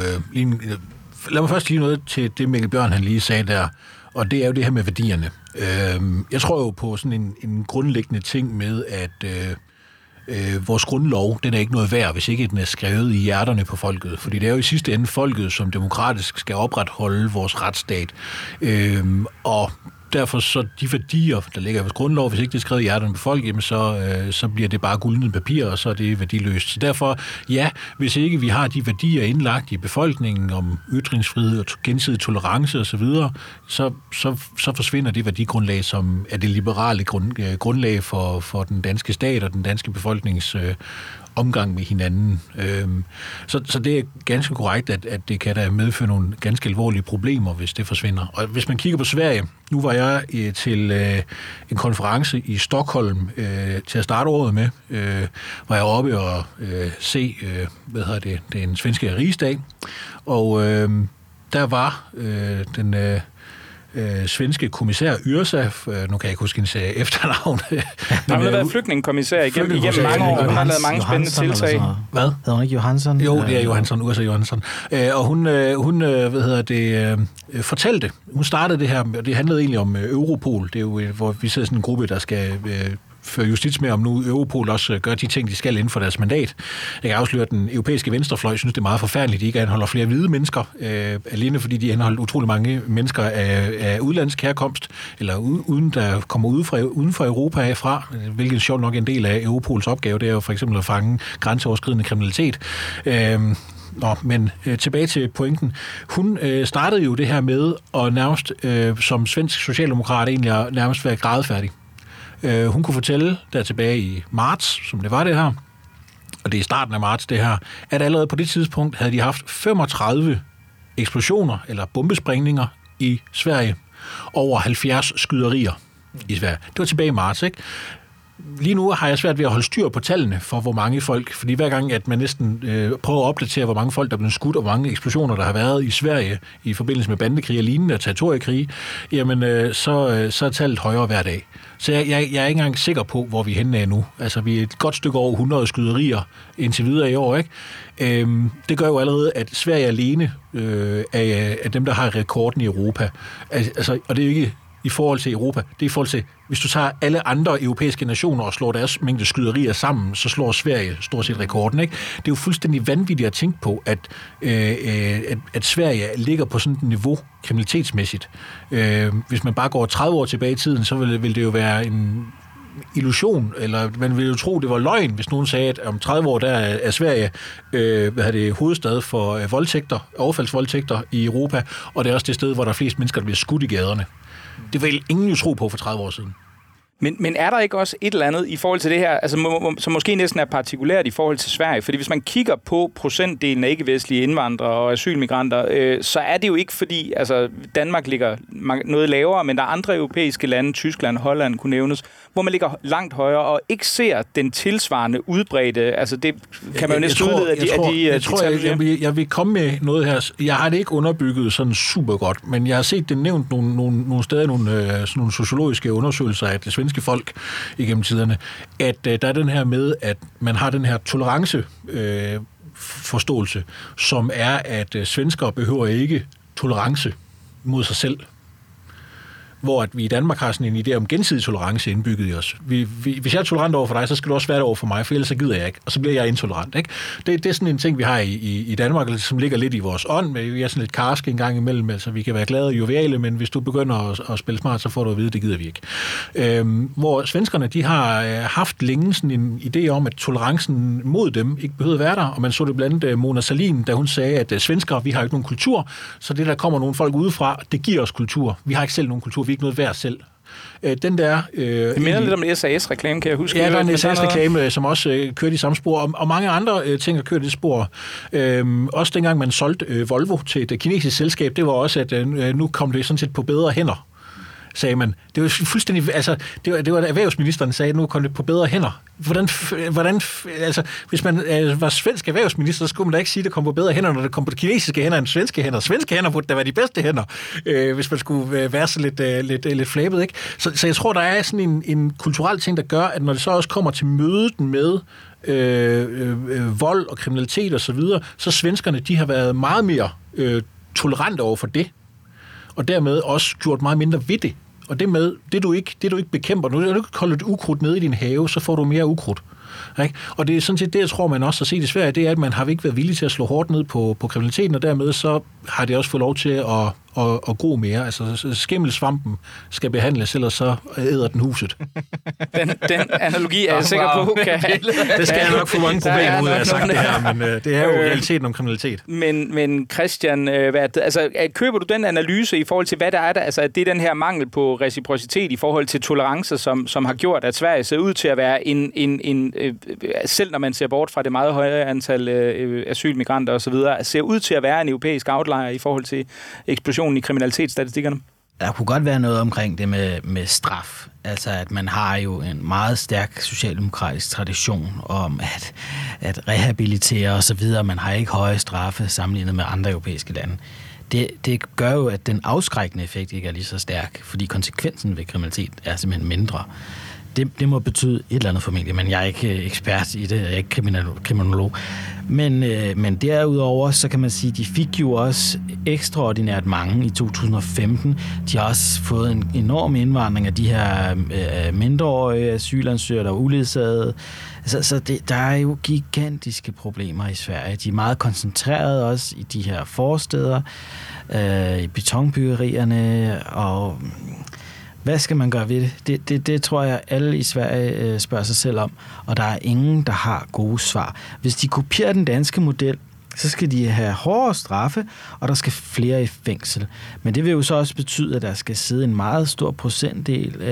lad mig først sige noget til det, Mikkel Bjørn han lige sagde der, og det er jo det her med værdierne. Jeg tror jo på sådan en grundlæggende ting med, at vores grundlov, den er ikke noget værd, hvis ikke den er skrevet i hjerterne på folket. Fordi det er jo i sidste ende folket, som demokratisk skal opretholde vores retsstat. Og derfor så de værdier, der ligger i vores grundlov, hvis ikke det er skrevet i hjerterne på folk, jamen så bliver det bare guldnet papir, og så er det værdiløst. Så derfor, ja, hvis ikke vi har de værdier indlagt i befolkningen om ytringsfrihed og gensidig tolerance osv., så forsvinder det værdigrundlag, som er det liberale grundlag for den danske stat og den danske befolknings omgang med hinanden. Så det er ganske korrekt, at det kan da medføre nogle ganske alvorlige problemer, hvis det forsvinder. Og hvis man kigger på Sverige, nu var jeg til en konference i Stockholm til at starte året med, var jeg oppe og se, den svenske rigsdag, og der var den svenske kommissær Yrsa, nu kan jeg ikke huske hendes efternavn. Han har været flygtningekommissær igennem mange år. Hun har lavet mange spændende tiltag. Hvad? Hedder hun ikke Johansson? Jo, det er Johansson, Yrsa Johansson. Og hun fortalte, hun startede det her, og det handlede egentlig om Europol. Det er jo, hvor vi sidder sådan en gruppe, der skal føre justits med, om nu Europol også gør de ting, de skal inden for deres mandat. Jeg kan afsløre, at den europæiske venstrefløj synes, det er meget forfærdeligt, at de ikke anholder flere hvide mennesker, alene fordi de anholder utrolig mange mennesker af udlandsk herkomst, eller uden der kommer uden for Europa herfra, hvilket sjovt nok en del af Europols opgave, det er jo for eksempel at fange grænseoverskridende kriminalitet. Men tilbage til pointen. Hun startede jo det her med at nærmest, som svensk socialdemokrat, egentlig nærmest være grædefærdig. Hun kunne fortælle der tilbage i marts, som det var det her, og det er i starten af marts det her, at allerede på det tidspunkt havde de haft 35 eksplosioner eller bombesprængninger i Sverige, over 70 skyderier i Sverige. Det var tilbage i marts, ikke? Lige nu har jeg svært ved at holde styr på tallene for, hvor mange folk, fordi hver gang, at man næsten prøver at opdatere, hvor mange folk, der er blevet skudt, og hvor mange eksplosioner, der har været i Sverige i forbindelse med bandekrig og lignende, og territoriekrige, jamen så er tallet højere hver dag. Så jeg er ikke engang sikker på, hvor vi er henne af nu. Altså, vi er et godt stykke over 100 skyderier indtil videre i år, ikke? Det gør jo allerede, at Sverige alene er dem, der har rekorden i Europa. Altså, og det er ikke i forhold til Europa, det er i forhold til, hvis du tager alle andre europæiske nationer og slår deres mængde skyderier sammen, så slår Sverige stort set rekorden, ikke? Det er jo fuldstændig vanvittigt at tænke på, at Sverige ligger på sådan et niveau kriminalitetsmæssigt. Hvis man bare går 30 år tilbage i tiden, så vil det jo være en illusion, eller man ville jo tro, det var løgn, hvis nogen sagde, at om 30 år, der er Sverige hovedstad for voldtægter, overfaldsvoldtægter i Europa, og det er også det sted, hvor der er flest mennesker, der bliver skudt i gaderne. Det vil ingen jo tro på for 30 år siden. Men er der ikke også et eller andet i forhold til det her, altså, som måske næsten er partikulært i forhold til Sverige? Fordi hvis man kigger på procentdelen af ikke-vestlige indvandrere og asylmigranter, så er det jo ikke fordi, altså Danmark ligger noget lavere, men der er andre europæiske lande, Tyskland, Holland kunne nævnes, hvor man ligger langt højere og ikke ser den tilsvarende udbredte, altså det kan man jo næsten udlede af de jeg vil komme med noget her. Jeg har det ikke underbygget sådan super godt, men jeg har set det nævnt nogle steder, sådan nogle sociologiske undersøgelser af det svenske folk igennem tiderne, at der er den her med, at man har den her tolerance forståelse, som er, at svenskere behøver ikke tolerance mod sig selv. Hvor at vi i Danmark har sådan en idé om gensidig tolerance indbygget i os. Hvis jeg er tolerant over for dig, så skal du også være det over for mig, for ellers så gider jeg ikke, og så bliver jeg intolerant. Ikke? Det er sådan en ting, vi har i Danmark, som ligger lidt i vores ånd, men vi er sådan lidt karske en gang imellem, altså vi kan være glade og joviale, men hvis du begynder at spille smart, så får du at vide, det gider vi ikke. Hvor svenskerne, de har haft længe sådan en idé om, at tolerancen mod dem ikke behøvede være der, og man så det blandt Mona Sahlin, da hun sagde, at svenskere, vi har ikke nogen kultur, så det, der kommer nogle folk udefra, det giver os kultur. Vi har ikke selv nogen kultur, vi er ikke noget værd selv. Den der... det minder lidt om en SAS-reklame, kan jeg huske. Ja, der er en SAS-reklame, som også kørte i samme spor, og mange andre ting har kørt i det spor. Også dengang man solgte Volvo til et kinesisk selskab, det var også, at nu kom det sådan set på bedre hænder, sagde man. Det var fuldstændig... Altså, det var erhvervsministeren, der sagde, at nu kom det på bedre hænder. Hvordan altså, hvis man var svensk erhvervsminister, så skulle man da ikke sige, at det kom på bedre hænder, når det kom på kinesiske hænder end svenske hænder. Svenske hænder burde da være de bedste hænder, hvis man skulle være så lidt flabet, ikke? Så jeg tror, der er sådan en kulturel ting, der gør, at når det så også kommer til mødet med vold og kriminalitet og så videre, så svenskerne, de har været meget mere tolerante over for det, og dermed også gjort meget mindre ved det. Og det med, det du ikke bekæmper, når du ikke holder et ukrudt nede i din have, så får du mere ukrudt. Ikke? Og det er sådan set det, jeg tror, man også har set i Sverige, det er, at man har ikke været villig til at slå hårdt ned på kriminaliteten, og dermed så har det også fået lov til at gro mere. Altså skimmelsvampen skal behandles, ellers så æder den huset. Den analogi er jeg sikker på. Det skal jeg nok få mange problemer ud af at sagt det her, men det er jo realiteten om kriminalitet. Men Christian, køber du den analyse i forhold til, hvad der er der? Altså, det er den her mangel på reciprocitet i forhold til tolerance, som har gjort, at Sverige ser ud til at være en selv når man ser bort fra det meget høje antal asylmigranter osv., ser ud til at være en europæisk outlier i forhold til eksplosionen i kriminalitetsstatistikkerne? Der kunne godt være noget omkring det med straf. Altså, at man har jo en meget stærk socialdemokratisk tradition om at rehabilitere osv. Man har ikke høje straffe sammenlignet med andre europæiske lande. Det gør jo, at den afskrækkende effekt ikke er lige så stærk, fordi konsekvensen ved kriminalitet er simpelthen mindre. Det må betyde et eller andet formentlig, men jeg er ikke ekspert i det, jeg er ikke kriminolog. Men derudover, så kan man sige, de fik jo også ekstraordinært mange i 2015. De har også fået en enorm indvandring af de her mindreårige asylansøgere, der er uledsagede. Så der er jo gigantiske problemer i Sverige. De er meget koncentreret også i de her forsteder, i betonbyggerierne, og hvad skal man gøre ved det? Det tror jeg, alle i Sverige spørger sig selv om, og der er ingen, der har gode svar. Hvis de kopierer den danske model, så skal de have hårdere straffe, og der skal flere i fængsel. Men det vil jo så også betyde, at der skal sidde en meget stor procentdel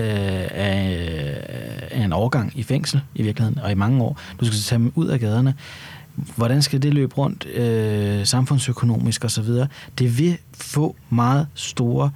af en årgang i fængsel i virkeligheden, og i mange år. Du skal tage dem ud af gaderne. Hvordan skal det løbe rundt samfundsøkonomisk osv.? Det vil få meget store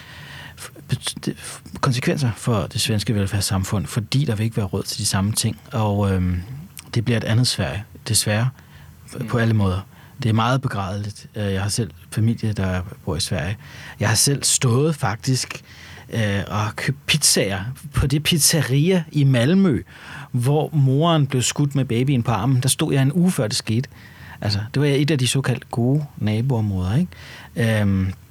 konsekvenser for det svenske velfærdssamfund, fordi der vil ikke være råd til de samme ting. Og det bliver et andet Sverige, desværre, på alle måder. Det er meget begrædeligt. Jeg har selv familie, der bor i Sverige. Jeg har selv stået faktisk og købt pizzaer på det pizzeria i Malmø, hvor moren blev skudt med babyen på armen. Der stod jeg en uge før det skete. Altså, det var et af de såkaldt gode naboområder, ikke?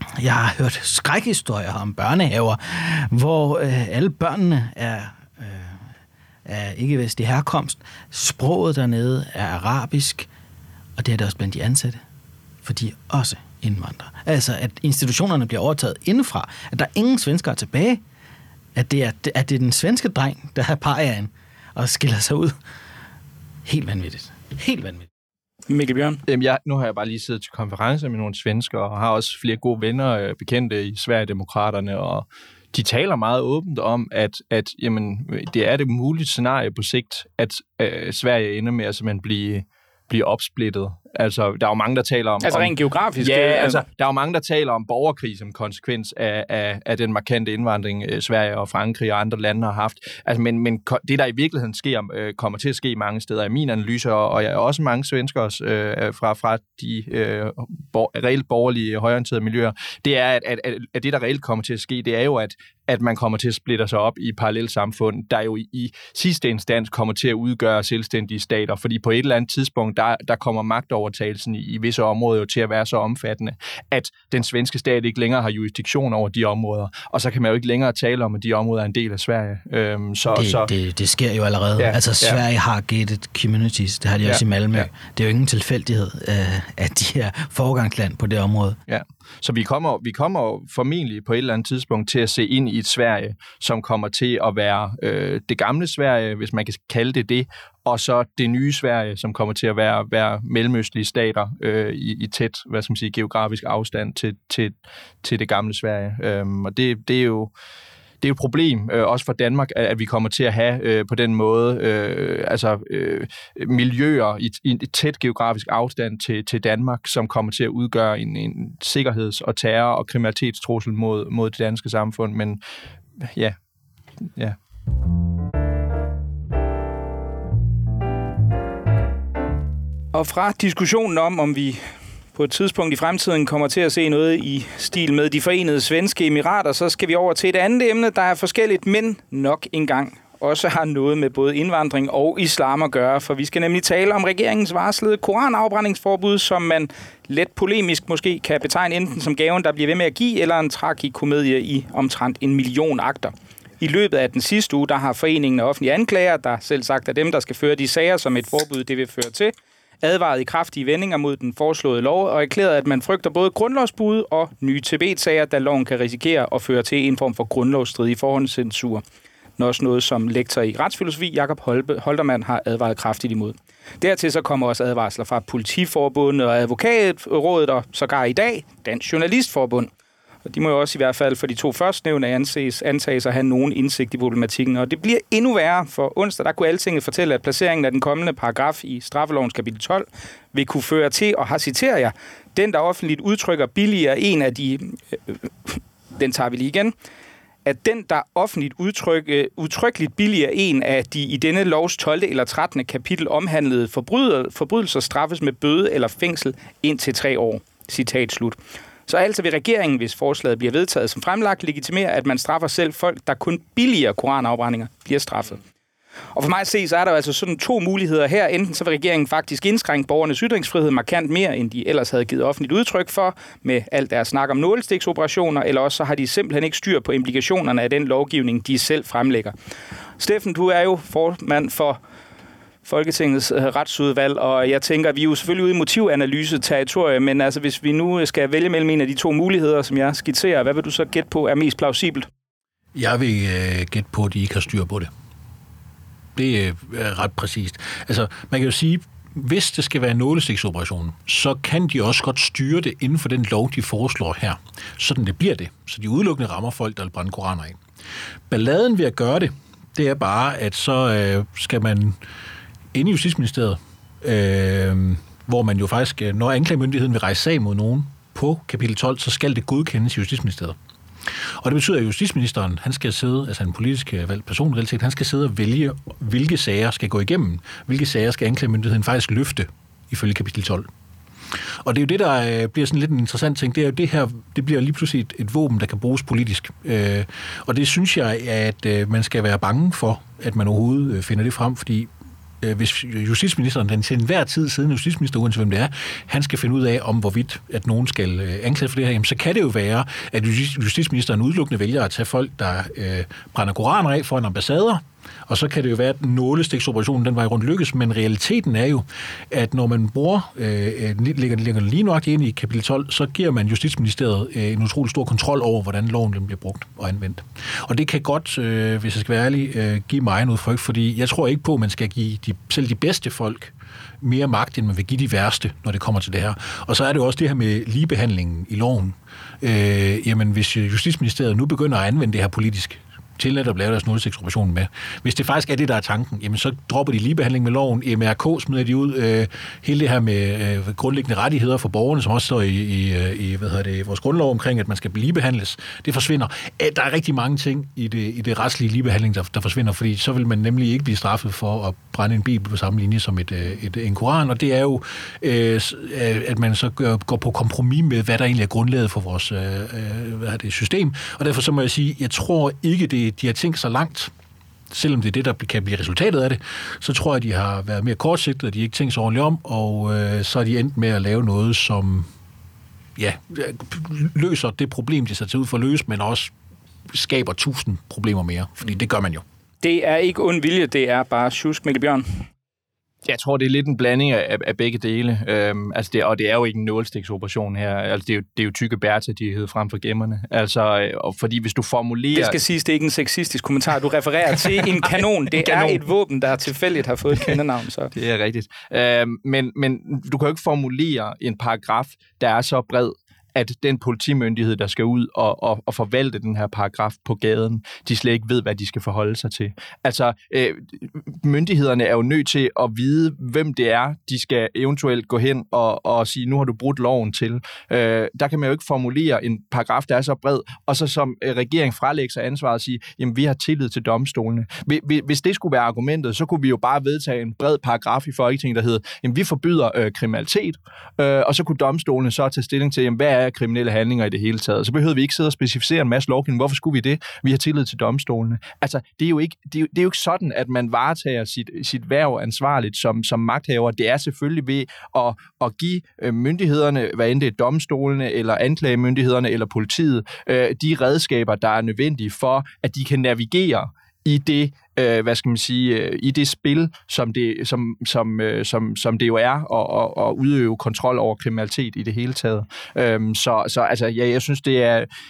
Jeg har hørt skrækhistorier om børnehaver, hvor alle børnene er ikke-vestlig herkomst. Sproget dernede er arabisk, og det er det også blandt de ansatte, for de er også indvandrere. Altså, at institutionerne bliver overtaget indefra, at der er ingen svenskere tilbage, at det er den svenske dreng, der er pariaen og skiller sig ud. Helt vanvittigt. Helt vanvittigt. Mikkel Bjørn? Nu har jeg bare lige siddet til konferencer med nogle svenskere, og har også flere gode venner, bekendte i Sverigedemokraterne, og de taler meget åbent om, at jamen, det er det mulige scenarie på sigt, at Sverige ender med at simpelthen blive opsplittet. Altså, der er jo mange, der taler om... Altså rent geografisk? Ja, altså, der er jo mange, der taler om borgerkrig som konsekvens af den markante indvandring, Sverige og Frankrig og andre lande har haft. Altså, men det, der i virkeligheden kommer til at ske mange steder, i min analyse, og jeg er også mange svenskere fra de reelt borgerlige, højreorienterede miljøer, det er, at det, der reelt kommer til at ske, det er jo, at man kommer til at splitte sig op i parallelt samfund, der jo i sidste instans kommer til at udgøre selvstændige stater, fordi på et eller andet tidspunkt, der kommer magtovertagelsen i visse områder jo til at være så omfattende, at den svenske stat ikke længere har jurisdiktion over de områder, og så kan man jo ikke længere tale om, at de områder er en del af Sverige. Det sker jo allerede. Ja, altså, Sverige har gated communities, det har de også i Malmø. Ja. Det er jo ingen tilfældighed, at de er foregangsland på det område. Ja. Så vi kommer formentlig på et eller andet tidspunkt til at se ind i et Sverige, som kommer til at være det gamle Sverige, hvis man kan kalde det, og så det nye Sverige, som kommer til at være mellemøstlige stater i tæt, geografisk afstand til det gamle Sverige. Og det er jo et problem, også for Danmark, at vi kommer til at have på den måde miljøer i et tæt geografisk afstand til Danmark, som kommer til at udgøre en sikkerheds- og terror- og kriminalitetstrussel mod det danske samfund. Men ja. Og fra diskussionen om vi på et tidspunkt i fremtiden kommer til at se noget i stil med de forenede svenske emirater, så skal vi over til et andet emne, der er forskelligt, men nok engang også har noget med både indvandring og islam at gøre, for vi skal nemlig tale om regeringens varslede koranafbrændingsforbud, som man let polemisk måske kan betegne enten som gaven, der bliver ved med at give, eller en tragikomedie i omtrent 1 million akter. I løbet af den sidste uge, der har Foreningen af Offentlige Anklager, der selv sagt er dem, der skal føre de sager, som et forbud det vil føre til, advaret i kraftige vendinger mod den foreslåede lov og erklæret, at man frygter både grundlovsbrud og nye Tibet-sager, da loven kan risikere at føre til en form for grundlovsstridig forhåndscensur. Når også noget, som lektor i retsfilosofi Jakob Holtermann har advaret kraftigt imod. Dertil så kommer også advarsler fra Politiforbundet og Advokatrådet og sågar i dag Dansk Journalistforbund. Og de må jo også i hvert fald for de to førstnævnte antages at have nogen indsigt i problematikken. Og det bliver endnu værre, for onsdag der kunne Altinget fortælle, at placeringen af den kommende paragraf i straffelovens kapitel 12 vil kunne føre til, og her citerer jeg, den der offentligt udtrykker billigere en af de... den tager vi lige igen. At den, der offentligt udtrykkeligt billiger en af de i denne lovs 12. eller 13. kapitel omhandlede forbrydelser straffes med bøde eller fængsel indtil 3 år. Citat slut. Så altså vil regeringen, hvis forslaget bliver vedtaget som fremlagt, legitimere, at man straffer selv folk, der kun billigere koranafbrændinger, bliver straffet. Og for mig at se, så er der jo altså sådan 2 muligheder her. Enten så vil regeringen faktisk indskrænke borgernes ytringsfrihed markant mere, end de ellers havde givet offentligt udtryk for, med alt deres snak om nålestiksoperationer, eller også så har de simpelthen ikke styr på implikationerne af den lovgivning, de selv fremlægger. Steffen, du er jo formand for Folketingets retsudvalg, og jeg tænker, at vi er jo selvfølgelig ude i motivanalyse-territoriet, men altså, hvis vi nu skal vælge mellem en af de 2 muligheder, som jeg skitserer, hvad vil du så gætte på er mest plausibelt? Jeg vil gætte på, at de ikke har styr på det. Det er ret præcist. Altså, man kan jo sige, hvis det skal være en nålestiksoperation, så kan de også godt styre det inden for den lov, de foreslår her. Sådan det bliver det. Så de udelukkende rammer folk, der vil brænde koraner af. Balladen ved at gøre det, det er bare, at så skal man inde i Justitsministeriet, hvor man jo faktisk, når anklagemyndigheden vil rejse sag mod nogen på kapitel 12, så skal det godkendes i Justitsministeriet. Og det betyder, at justitsministeren, han skal sidde, altså en politisk valgt person, han skal sidde og vælge, hvilke sager skal gå igennem, hvilke sager skal anklagemyndigheden faktisk løfte ifølge kapitel 12. Og det er jo det, der bliver sådan lidt en interessant ting, det er jo det her, det bliver lige pludselig et våben, der kan bruges politisk. Og det synes jeg, at man skal være bange for, at man overhovedet finder det frem, fordi hvis justitsministeren, den til enhver tid siddende justitsminister, uanset hvem det er, han skal finde ud af, om hvorvidt, at nogen skal anklage for det her, jamen, så kan det jo være, at justitsministeren udelukkende vælger at tage folk, der brænder koraner af for en ambassader, og så kan det jo være, at nålestiksoperationen den vej rundt lykkes, men realiteten er jo, at når man ligger lige nok ind i kapitel 12, så giver man Justitsministeriet en utrolig stor kontrol over, hvordan loven bliver brugt og anvendt. Og det kan godt, hvis jeg skal være ærlig, give mig noget frygt, fordi jeg tror ikke på, at man skal give selv de bedste folk mere magt, end man vil give de værste, når det kommer til det her. Og så er det jo også det her med ligebehandlingen i loven. Jamen, hvis Justitsministeriet nu begynder at anvende det her politisk, til netop lave deres nålestiksoperation med. Hvis det faktisk er det, der er tanken, jamen så dropper de ligebehandling med loven. MRK smider de ud. Hele det her med grundlæggende rettigheder for borgerne, som også står i vores grundlov omkring, at man skal ligebehandles, det forsvinder. Der er rigtig mange ting i det retslige ligebehandling, der forsvinder, fordi så vil man nemlig ikke blive straffet for at brænde en bibel på samme linje som en koran, og det er jo, at man så går på kompromis med, hvad der egentlig er grundlaget for vores system. Og derfor så må jeg sige, jeg tror ikke, de har tænkt så langt, selvom det er det, der kan blive resultatet af det, så tror jeg, de har været mere kortsigtede, og de ikke tænkt sig ordentligt om, og så er de endt med at lave noget, som løser det problem, de sætter ud for at løse, men også skaber 1000 problemer mere, fordi det gør man jo. Det er ikke ond vilje, det er bare sjusk, Mikkel Bjørn. Jeg tror, det er lidt en blanding af begge dele. Og det er jo ikke en nålestiksoperation her. Altså, det er jo tykke Bertha, de hed frem for gemmerne. Altså, og fordi hvis du formulerer... Det skal siges, det er ikke en sexistisk kommentar. Du refererer til en kanon. Det er et våben, der tilfældigt har fået et kendenavn. Så. Det er rigtigt. Men du kan jo ikke formulere en paragraf, der er så bred, at den politimyndighed, der skal ud og forvalte den her paragraf på gaden, de slet ikke ved, hvad de skal forholde sig til. Altså, myndighederne er jo nødt til at vide, hvem det er, de skal eventuelt gå hen og sige, nu har du brudt loven til. Der kan man jo ikke formulere en paragraf, der er så bred, og så som regering frelægge sig ansvaret og sige, jamen, vi har tillid til domstolene. Hvis det skulle være argumentet, så kunne vi jo bare vedtage en bred paragraf i Folketinget, der hedder, jamen, vi forbyder kriminalitet, og så kunne domstolene så tage stilling til, jamen, hvad er kriminelle handlinger i det hele taget. Så behøvede vi ikke sidde og specificere en masse lovgivning. Hvorfor skulle vi det? Vi har tillid til domstolene. Altså, det er jo ikke sådan, at man varetager sit hverv ansvarligt som magthaver. Det er selvfølgelig ved at give myndighederne, hvad end det er domstolene, eller anklagemyndighederne, eller politiet, de redskaber, der er nødvendige for, at de kan navigere i det, i det spil, som det jo er, og udøve kontrol over kriminalitet i det hele taget. Jeg synes, det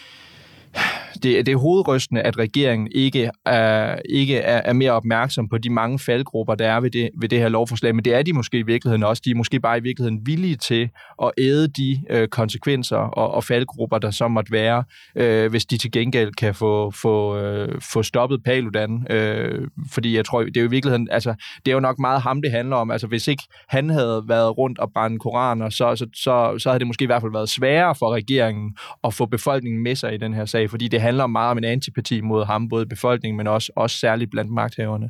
er hovedrystende, at regeringen ikke er mere opmærksom på de mange faldgrupper, der er ved det her lovforslag, men det er de måske i virkeligheden også. De er måske bare i virkeligheden villige til at æde de konsekvenser og faldgrupper, der så måtte være, hvis de til gengæld kan få stoppet Paludan. Fordi jeg tror, det er jo i virkeligheden, altså, det er jo nok meget ham, det handler om. Altså, hvis ikke han havde været rundt og brændt koraner, så havde det måske i hvert fald været sværere for regeringen at få befolkningen med sig i den her sag, fordi det handler meget om en antipati mod ham, både befolkningen, men også særligt blandt magthaverne.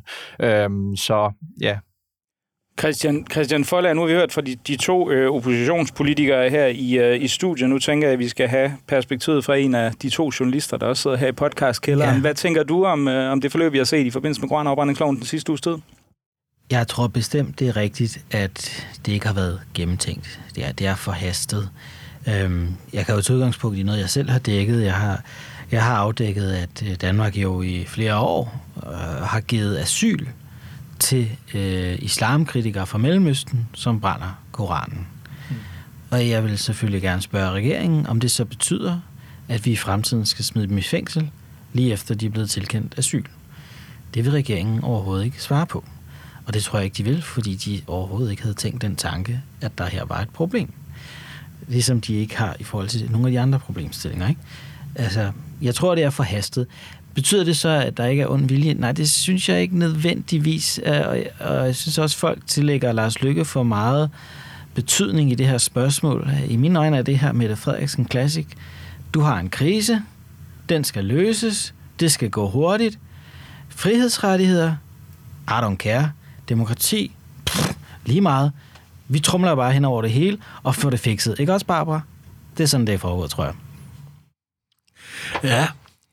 Christian Folland, nu har vi hørt fra de to oppositionspolitikere her i studiet. Nu tænker jeg, at vi skal have perspektivet fra en af de to journalister, der også sidder her i podcastkælderen. Ja. Hvad tænker du om det forløb, vi har set i forbindelse med koranafbrændingsloven den sidste uges tid? Jeg tror bestemt, det er rigtigt, at det ikke har været gennemtænkt. Det er forhastet. Jeg kan jo tage udgangspunkt i noget, jeg selv har dækket. Jeg har afdækket, at Danmark jo i flere år har givet asyl til islamkritikere fra Mellemøsten, som brænder Koranen. Og jeg vil selvfølgelig gerne spørge regeringen, om det så betyder, at vi i fremtiden skal smide dem i fængsel, lige efter de er blevet tilkendt asyl. Det vil regeringen overhovedet ikke svare på. Og det tror jeg ikke, de vil, fordi de overhovedet ikke havde tænkt den tanke, at der her var et problem. Ligesom de ikke har i forhold til nogle af de andre problemstillinger, ikke? Altså, jeg tror, det er forhastet. Betyder det så, at der ikke er ond vilje? Nej, det synes jeg ikke nødvendigvis. Og jeg synes også, folk tillægger Lars Løkke for meget betydning i det her spørgsmål. I mine øjne er det her Mette Frederiksen Classic. Du har en krise, den skal løses, det skal gå hurtigt. Frihedsrettigheder, I don't care. Demokrati, lige meget. Vi tromler bare hen over det hele og får det fikset. Ikke også, Barbara? Det er sådan, det er foregået, tror jeg. Ja.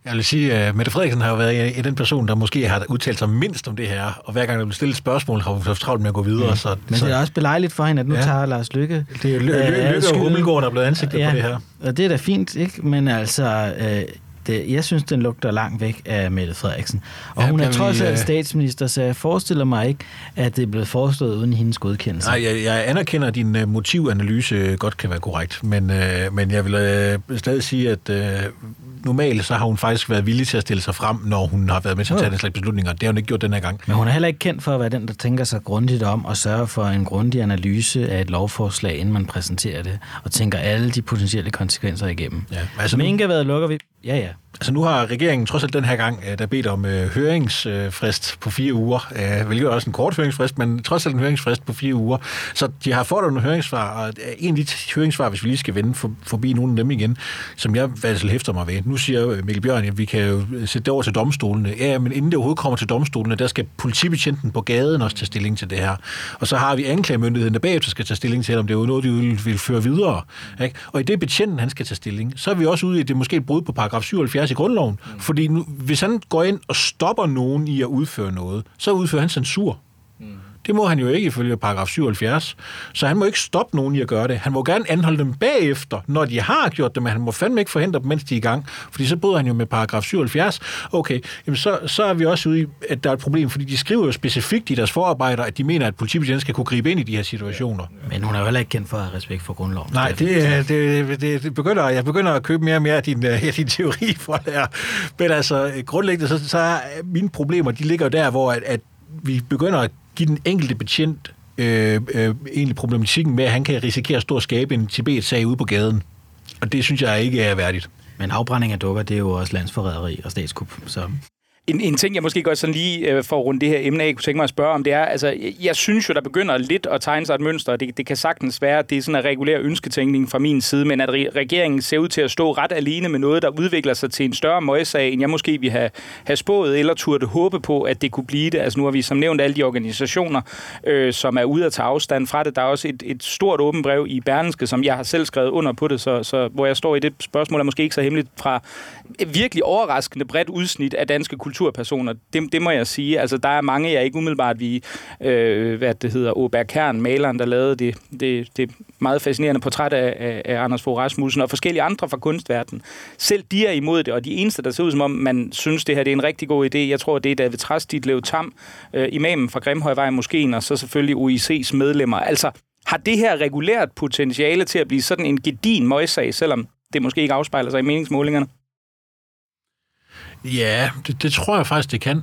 Jeg vil sige, at Mette Frederiksen har jo været den person, der måske har udtalt sig mindst om det her, og hver gang der bliver stillet spørgsmål, har hun haft travlt med at gå videre. Men det er også belejligt for hende, at nu tager Lars Løkke... Det er Løkke og Hummelgaard, der er blevet ansigtet på det her. Og det er da fint, ikke? Men altså... jeg synes, den lugter langt væk af Mette Frederiksen. Og hun er trods alt statsminister, så jeg forestiller mig ikke, at det er blevet foreslået uden hendes godkendelse. Nej, jeg anerkender, at din motivanalyse godt kan være korrekt, men jeg vil stadig sige, at normalt så har hun faktisk været villig til at stille sig frem, når hun har været med til at tage den slags beslutninger. Det har hun ikke gjort den her gang. Men hun er heller ikke kendt for at være den, der tænker sig grundigt om og sørger for en grundig analyse af et lovforslag, inden man præsenterer det, og tænker alle de potentielle konsekvenser igennem. Ja, altså Minkaværdet lukker vi. Ja. Altså nu har regeringen trods alt den her gang, der bedt om høringsfrist på 4 uger, hvilket er også en kort høringsfrist, men trods alt en høringsfrist på 4 uger. Så de har fået nogle høringssvar, og en af de høringssvar, hvis vi lige skal vende forbi nogle af dem igen, som jeg altså hæfter mig ved. Nu siger Mikkel Bjørn, at vi kan jo sætte det over til domstolene. Ja, men inden det overhovedet kommer til domstolene, der skal politibetjenten på gaden også tage stilling til det her. Og så har vi anklagemyndigheden, der bagefter skal tage stilling til, om det er noget, de vil føre videre. Ikke? Og i det betjenten, han skal tage stilling, så er vi også ude i, at det er måske et brud på paragraf 77 i grundloven. Fordi nu, hvis han går ind og stopper nogen i at udføre noget, så udfører han censur. Det må han jo ikke ifølge paragraf 77. Så han må ikke stoppe nogen i at gøre det. Han må gerne anholde dem bagefter, når de har gjort det, men han må fandme ikke forhindre dem, mens de er i gang. Fordi så bryder han jo med paragraf 77. Okay, jamen så er vi også ude i, at der er et problem, fordi de skriver jo specifikt i deres forarbejder, at de mener, at politibetjenten skal kunne gribe ind i de her situationer. Men hun er jo heller ikke kendt for at have respekt for grundloven. Nej, jeg begynder at købe mere og mere af din teori for det her. Men altså, grundlæggende, så er mine problemer, de ligger der, hvor at vi begynder at give den enkelte betjent egentlig problematikken med, at han kan risikere at stå og skabe en Tibet-sag ude på gaden. Og det synes jeg ikke er værdigt. Men afbrænding af dukker, det er jo også landsforræderi og statskup, så... En ting, jeg måske godt sådan lige for at runde det her emne af, kunne tænke mig at spørge om, det er, altså, jeg synes jo, der begynder lidt at tegne sig et mønster, og det kan sagtens være, at det er sådan en regulær ønsketænkning fra min side, men at regeringen ser ud til at stå ret alene med noget, der udvikler sig til en større møgssag, end jeg måske ville have spået eller turde håbe på, at det kunne blive det. Altså nu har vi som nævnt alle de organisationer, som er ude at tage afstand fra det. Der er også et stort åbent brev i Berlingske, som jeg har selv skrevet under på det, så hvor jeg står i det spørgsmål, er måske ikke så hemmeligt, fra virkelig overraskende bredt udsnit af danske kulturpersoner. Det må jeg sige. Altså, der er mange, jeg ikke umiddelbart Åberg Kern, maleren, der lavede det meget fascinerende portræt af Anders Fogh Rasmussen, og forskellige andre fra kunstverdenen. Selv de er imod det, og de eneste, der ser ud som om, man synes, det her det er en rigtig god idé. Jeg tror, det er David Trast, Ditlev Tam, imamen fra Grimhøjvej Moskeen, og så selvfølgelig UIC's medlemmer. Altså, har det her regulært potentiale til at blive sådan en gedin møgssag, selvom det måske ikke afspejler sig i meningsmålingerne? Ja, det tror jeg faktisk, det kan.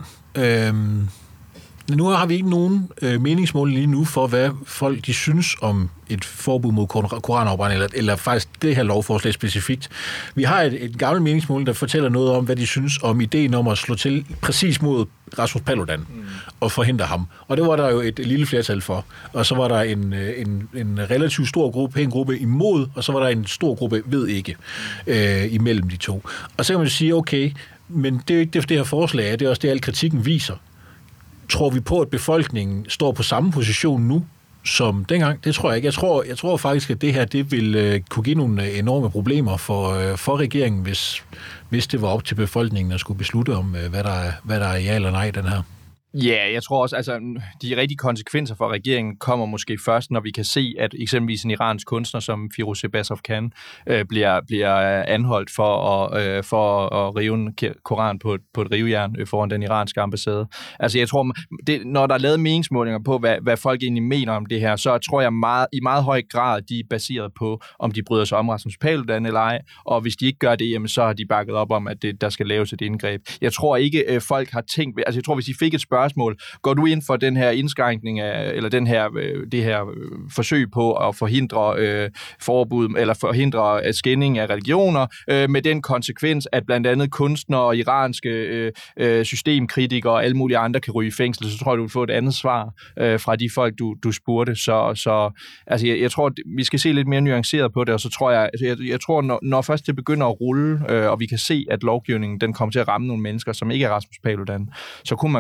Nu har vi ikke nogen meningsmål lige nu for, hvad folk de synes om et forbud mod koranafbrænding, eller faktisk det her lovforslag specifikt. Vi har et gammelt meningsmål, der fortæller noget om, hvad de synes om ideen om at slå til præcis mod Rasmus Paludan og forhindre ham. Og det var der jo et lille flertal for. Og så var der en relativt stor pæn gruppe imod, og så var der en stor gruppe ved ikke imellem de to. Og så kan man sige, okay, men det er jo ikke det her forslag, det er også det, al kritikken viser. Tror vi på, at befolkningen står på samme position nu, som dengang? Det tror jeg ikke. Jeg tror faktisk, at det her det vil kunne give nogle enorme problemer for regeringen, hvis det var op til befolkningen at skulle beslutte om, hvad der er ja eller nej den her. Ja, jeg tror også, altså de rigtige konsekvenser for regeringen kommer måske først, når vi kan se, at eksempelvis en iransk kunstner som Firouzeh Bazrafkan bliver anholdt for at rive en koran på et rivejern foran den iranske ambassade. Altså jeg tror, når der er lavet meningsmålinger på, hvad folk egentlig mener om det her, så tror jeg i meget høj grad, de er baseret på, om de bryder sig om Rasmus Paludan eller ej, og hvis de ikke gør det, jamen, så har de bakket op om, at der skal laves et indgreb. Jeg tror ikke, folk har tænkt, altså jeg tror, hvis de fik et spørgsmål, går du ind for den her indskrænkning af, eller det her forsøg på at forhindre forbud, eller forhindre skænding af religioner, med den konsekvens, at blandt andet kunstnere og iranske systemkritikere og alle mulige andre kan ryge i fængsel, så tror jeg, du vil få et andet svar fra de folk, du spurgte. Så altså, jeg tror, vi skal se lidt mere nuanceret på det, og så tror jeg tror, når først det begynder at rulle, og vi kan se, at lovgivningen den kommer til at ramme nogle mennesker, som ikke er Rasmus Paludan, så kunne man godt forestille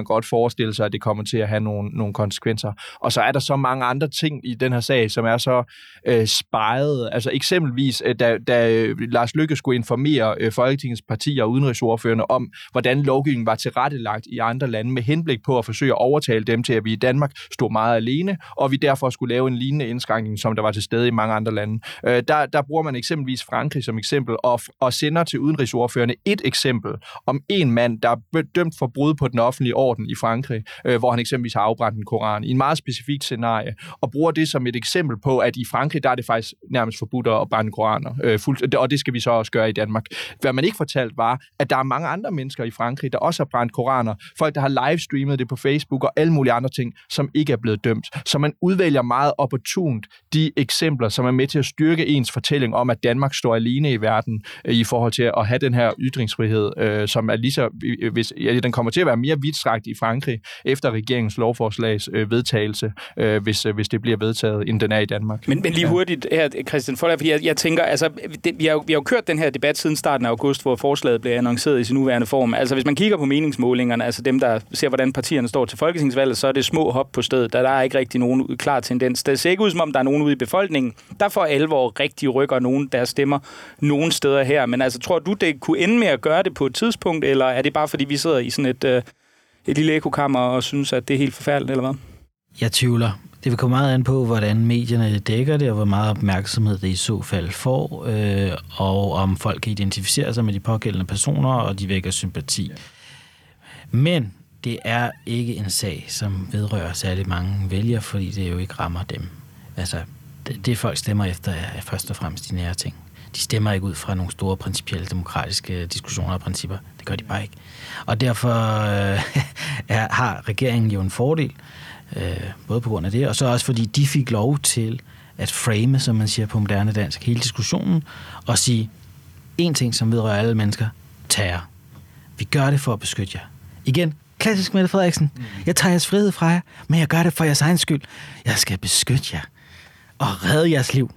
forestille sig, at det kommer til at have nogle konsekvenser. Og så er der så mange andre ting i den her sag, som er så spejet. Altså eksempelvis, da Lars Løkke skulle informere Folketingets partier og udenrigsordførerne om, hvordan lovgivningen var tilrettelagt i andre lande, med henblik på at forsøge at overtale dem til, at vi i Danmark stod meget alene, og vi derfor skulle lave en lignende indskrænkning, som der var til stede i mange andre lande. Der bruger man eksempelvis Frankrig som eksempel, og sender til udenrigsordførerne et eksempel om en mand, der er dømt for brud på den offentlige orden i Frankrig, hvor han eksempelvis har afbrændt en koran, i en meget specifik scenarie, og bruger det som et eksempel på, at i Frankrig, der er det faktisk nærmest forbudt at brænde koraner, og det skal vi så også gøre i Danmark. Hvad man ikke fortalt var, at der er mange andre mennesker i Frankrig, der også har brændt koraner, folk, der har livestreamet det på Facebook og alle mulige andre ting, som ikke er blevet dømt. Så man udvælger meget opportunt de eksempler, som er med til at styrke ens fortælling om, at Danmark står alene i verden i forhold til at have den her ytringsfrihed, som er lige så, den kommer til at være mere vidtstrakt i Frankrig efter regeringens lovforslags vedtagelse, hvis det bliver vedtaget, end den er i Danmark. Men lige hurtigt her, Christian Folder, fordi jeg tænker, altså, vi har jo kørt den her debat siden starten af august, hvor forslaget blev annonceret i sin nuværende form. Altså, hvis man kigger på meningsmålingerne, altså dem, der ser, hvordan partierne står til folketingsvalget, så er det små hop på stedet. Der er ikke rigtig nogen klar tendens. Det ser ikke ud, som om der er nogen ude i befolkningen, der for alvor rigtig rykker nogen, der stemmer nogen steder her. Men altså, tror du, det kunne ende med at gøre det på et tidspunkt, eller er det bare, fordi vi sidder i sådan et lille ekokammer og synes, at det er helt forfærdeligt, eller hvad? Jeg tvivler. Det vil komme meget an på, hvordan medierne dækker det, og hvor meget opmærksomhed det i så fald får, og om folk kan identificere sig med de pågældende personer, og de vækker sympati. Men det er ikke en sag, som vedrører særlig mange vælgere, fordi det jo ikke rammer dem. Altså, det folk stemmer efter er først og fremmest de nære ting. De stemmer ikke ud fra nogle store principielle demokratiske diskussioner og principper. Det gør de bare ikke. Og derfor har regeringen jo en fordel, både på grund af det, og så også fordi de fik lov til at frame, som man siger på moderne dansk, hele diskussionen, og sige, en ting, som vedrører alle mennesker, terror. Vi gør det for at beskytte jer. Igen, klassisk Mette Frederiksen. Jeg tager jeres frihed fra jer, men jeg gør det for jeres egen skyld. Jeg skal beskytte jer og redde jeres liv.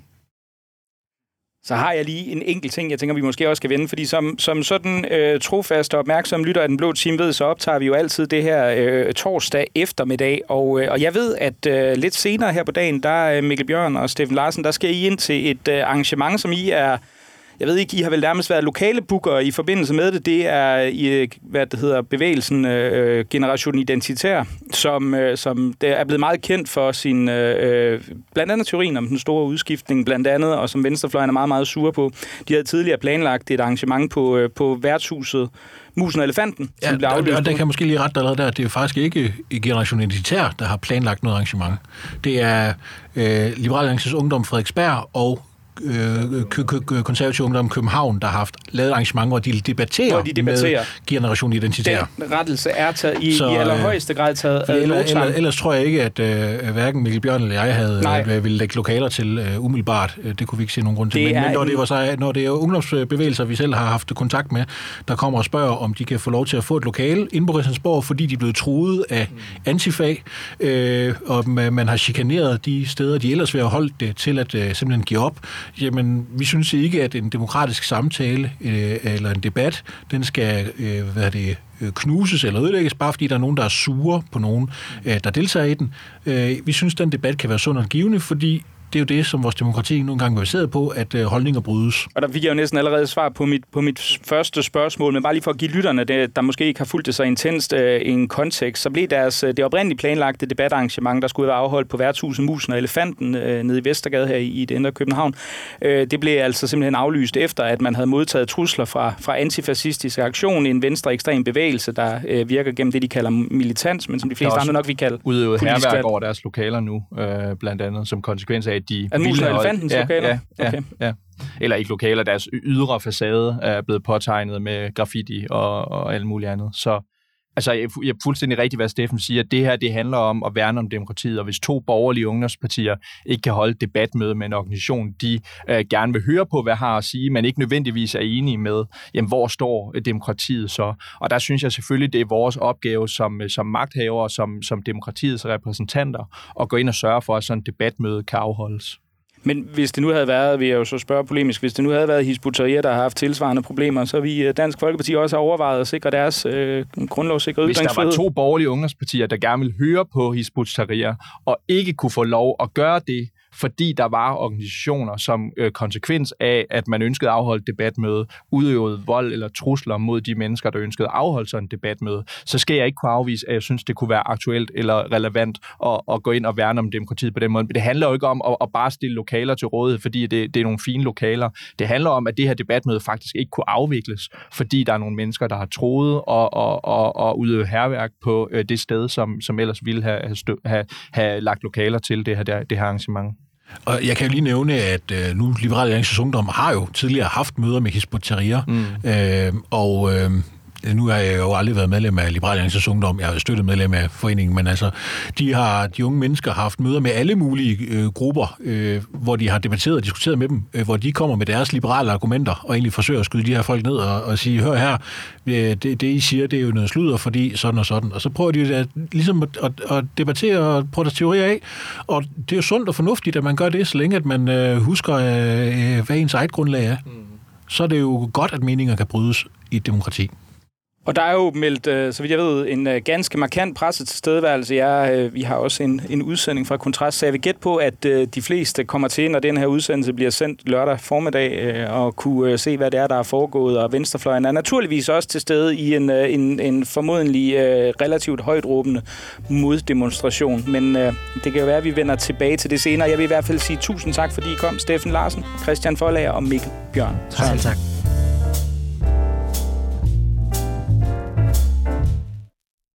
Så har jeg lige en enkelt ting, jeg tænker, vi måske også skal vende, fordi som sådan trofast og opmærksom lytter af Den Blå Time ved, så optager vi jo altid det her torsdag eftermiddag, og jeg ved, at lidt senere her på dagen, der er Mikkel Bjørn og Steffen Larsen, der skal I ind til et arrangement, som I er... Jeg ved ikke, I har vel nærmest været lokale bookere i forbindelse med det. Det er i, hvad det hedder, bevægelsen Generation Identitær, som det er blevet meget kendt for sin, blandt andet teorien om den store udskiftning, blandt andet, og som venstrefløjen er meget, meget sure på. De havde tidligere planlagt et arrangement på værtshuset Musen og Elefanten, som blev aflyst. Og der kan jeg måske lige rette allerede der. Det er jo faktisk ikke Generation Identitær, der har planlagt noget arrangement. Det er Liberal Alliances Ungdom Frederiksberg og Konservativ Ungdom København, der har haft lavet arrangement, hvor de debatterer med Generation Identitær. Den rettelse er taget i allerhøjeste grad taget ad notam. Ellers tror jeg ikke, at hverken Mikkel Bjørn eller jeg havde ville lægge lokaler til umiddelbart. Det kunne vi ikke se nogen grund til. Men når det er ungdomsbevægelser, vi selv har haft kontakt med, der kommer og spørger, om de kan få lov til at få et lokale inde på Christiansborg, fordi de er blevet truet af antifag, og man har chikaneret de steder, de ellers ville have holdt det til at simpelthen give op. Jamen, vi synes ikke, at en demokratisk samtale eller en debat, den skal knuses eller ødelægges, bare fordi der er nogen, der er sure på nogen, der deltager i den. Vi synes, at den debat kan være sund og givende, fordi det er jo det, som vores demokrati nogle gange er baseret på, at holdninger brydes. Og der fik jeg jo næsten allerede svar på mit første spørgsmål, men bare lige for at give lytterne, der måske ikke har fulgt det så intenst i en kontekst, så blev det oprindeligt planlagte debatarrangement, der skulle være afholdt på værtshuset Musen og Elefanten nede i Vestergade her i det indre København. Det blev altså simpelthen aflyst efter, at man havde modtaget trusler fra Antifascistisk Aktion, en venstre ekstrem bevægelse, der virker gennem det, de kalder militans, men som de fleste andre nok vil kalde udøvet hærværk over deres lokaler nu, blandt andet som konsekvens af, at Musen og Elefantens lokaler? Ja. Eller ikke lokaler, deres ydre facade er blevet påtegnet med graffiti og alt muligt andet. Så altså, jeg er fuldstændig rigtigt, hvad Steffen siger. Det her, det handler om at værne om demokratiet, og hvis to borgerlige ungdomspartier ikke kan holde et debatmøde med en organisation, de gerne vil høre på, hvad har at sige, men ikke nødvendigvis er enige med, jamen, hvor står demokratiet så? Og der synes jeg selvfølgelig, det er vores opgave som magthavere, som demokratiets repræsentanter, at gå ind og sørge for, at sådan et debatmøde kan afholdes. Men hvis det nu havde været, vil jeg jo så spørge polemisk, hvis det nu havde været Hizb ut-Tahrir, der har haft tilsvarende problemer, så vi Dansk Folkeparti også har overvejet at sikre deres grundlovssikrede ytringsfrihed. Hvis der var 2 borgerlige ungdomspartier, der gerne ville høre på Hizb ut-Tahrir, og ikke kunne få lov at gøre det, fordi der var organisationer, som konsekvens af, at man ønskede at afholde et debatmøde, udøvede vold eller trusler mod de mennesker, der ønskede at afholde sådan et debatmøde, så skal jeg ikke kunne afvise, at jeg synes, det kunne være aktuelt eller relevant at gå ind og værne om demokratiet på den måde. Men det handler jo ikke om at bare stille lokaler til rådighed, fordi det er nogle fine lokaler. Det handler om, at det her debatmøde faktisk ikke kunne afvikles, fordi der er nogle mennesker, der har troet og udøvet hærværk på det sted, som ellers ville have lagt lokaler til det her arrangement. Og jeg kan jo lige nævne, at nu Liberal Alliances Ungdom har jo tidligere haft møder med Hizb ut-Tahrir, nu har jeg jo aldrig været medlem af Liberal Alliances Ungdom, jeg har støttet medlem af foreningen, men altså, de unge mennesker har haft møder med alle mulige grupper, hvor de har debatteret og diskuteret med dem, hvor de kommer med deres liberale argumenter, og egentlig forsøger at skyde de her folk ned og sige, hør her, det I siger, det er jo noget sludder, fordi sådan og sådan. Og så prøver de ligesom at debattere og prøve deres teorier af, og det er jo sundt og fornuftigt, at man gør det, så længe at man husker, hvad ens eget grundlag er. Så er det jo godt, at meninger kan brydes i et demokrati. Og der er jo meldt, så vidt jeg ved, en ganske markant pressetilstedeværelse. Vi har også en udsending fra Kontrast, så jeg vil gætte på, at de fleste kommer til, når den her udsendelse bliver sendt lørdag formiddag, og kunne se, hvad det er, der er foregået. Og venstrefløjen er naturligvis også til stede i en formodentlig relativt højtråbende moddemonstration. Men det kan jo være, at vi vender tilbage til det senere. Jeg vil i hvert fald sige tusind tak, fordi I kom. Steffen Larsen, Christian Forlager og Mikkel Bjørn. Selv tak.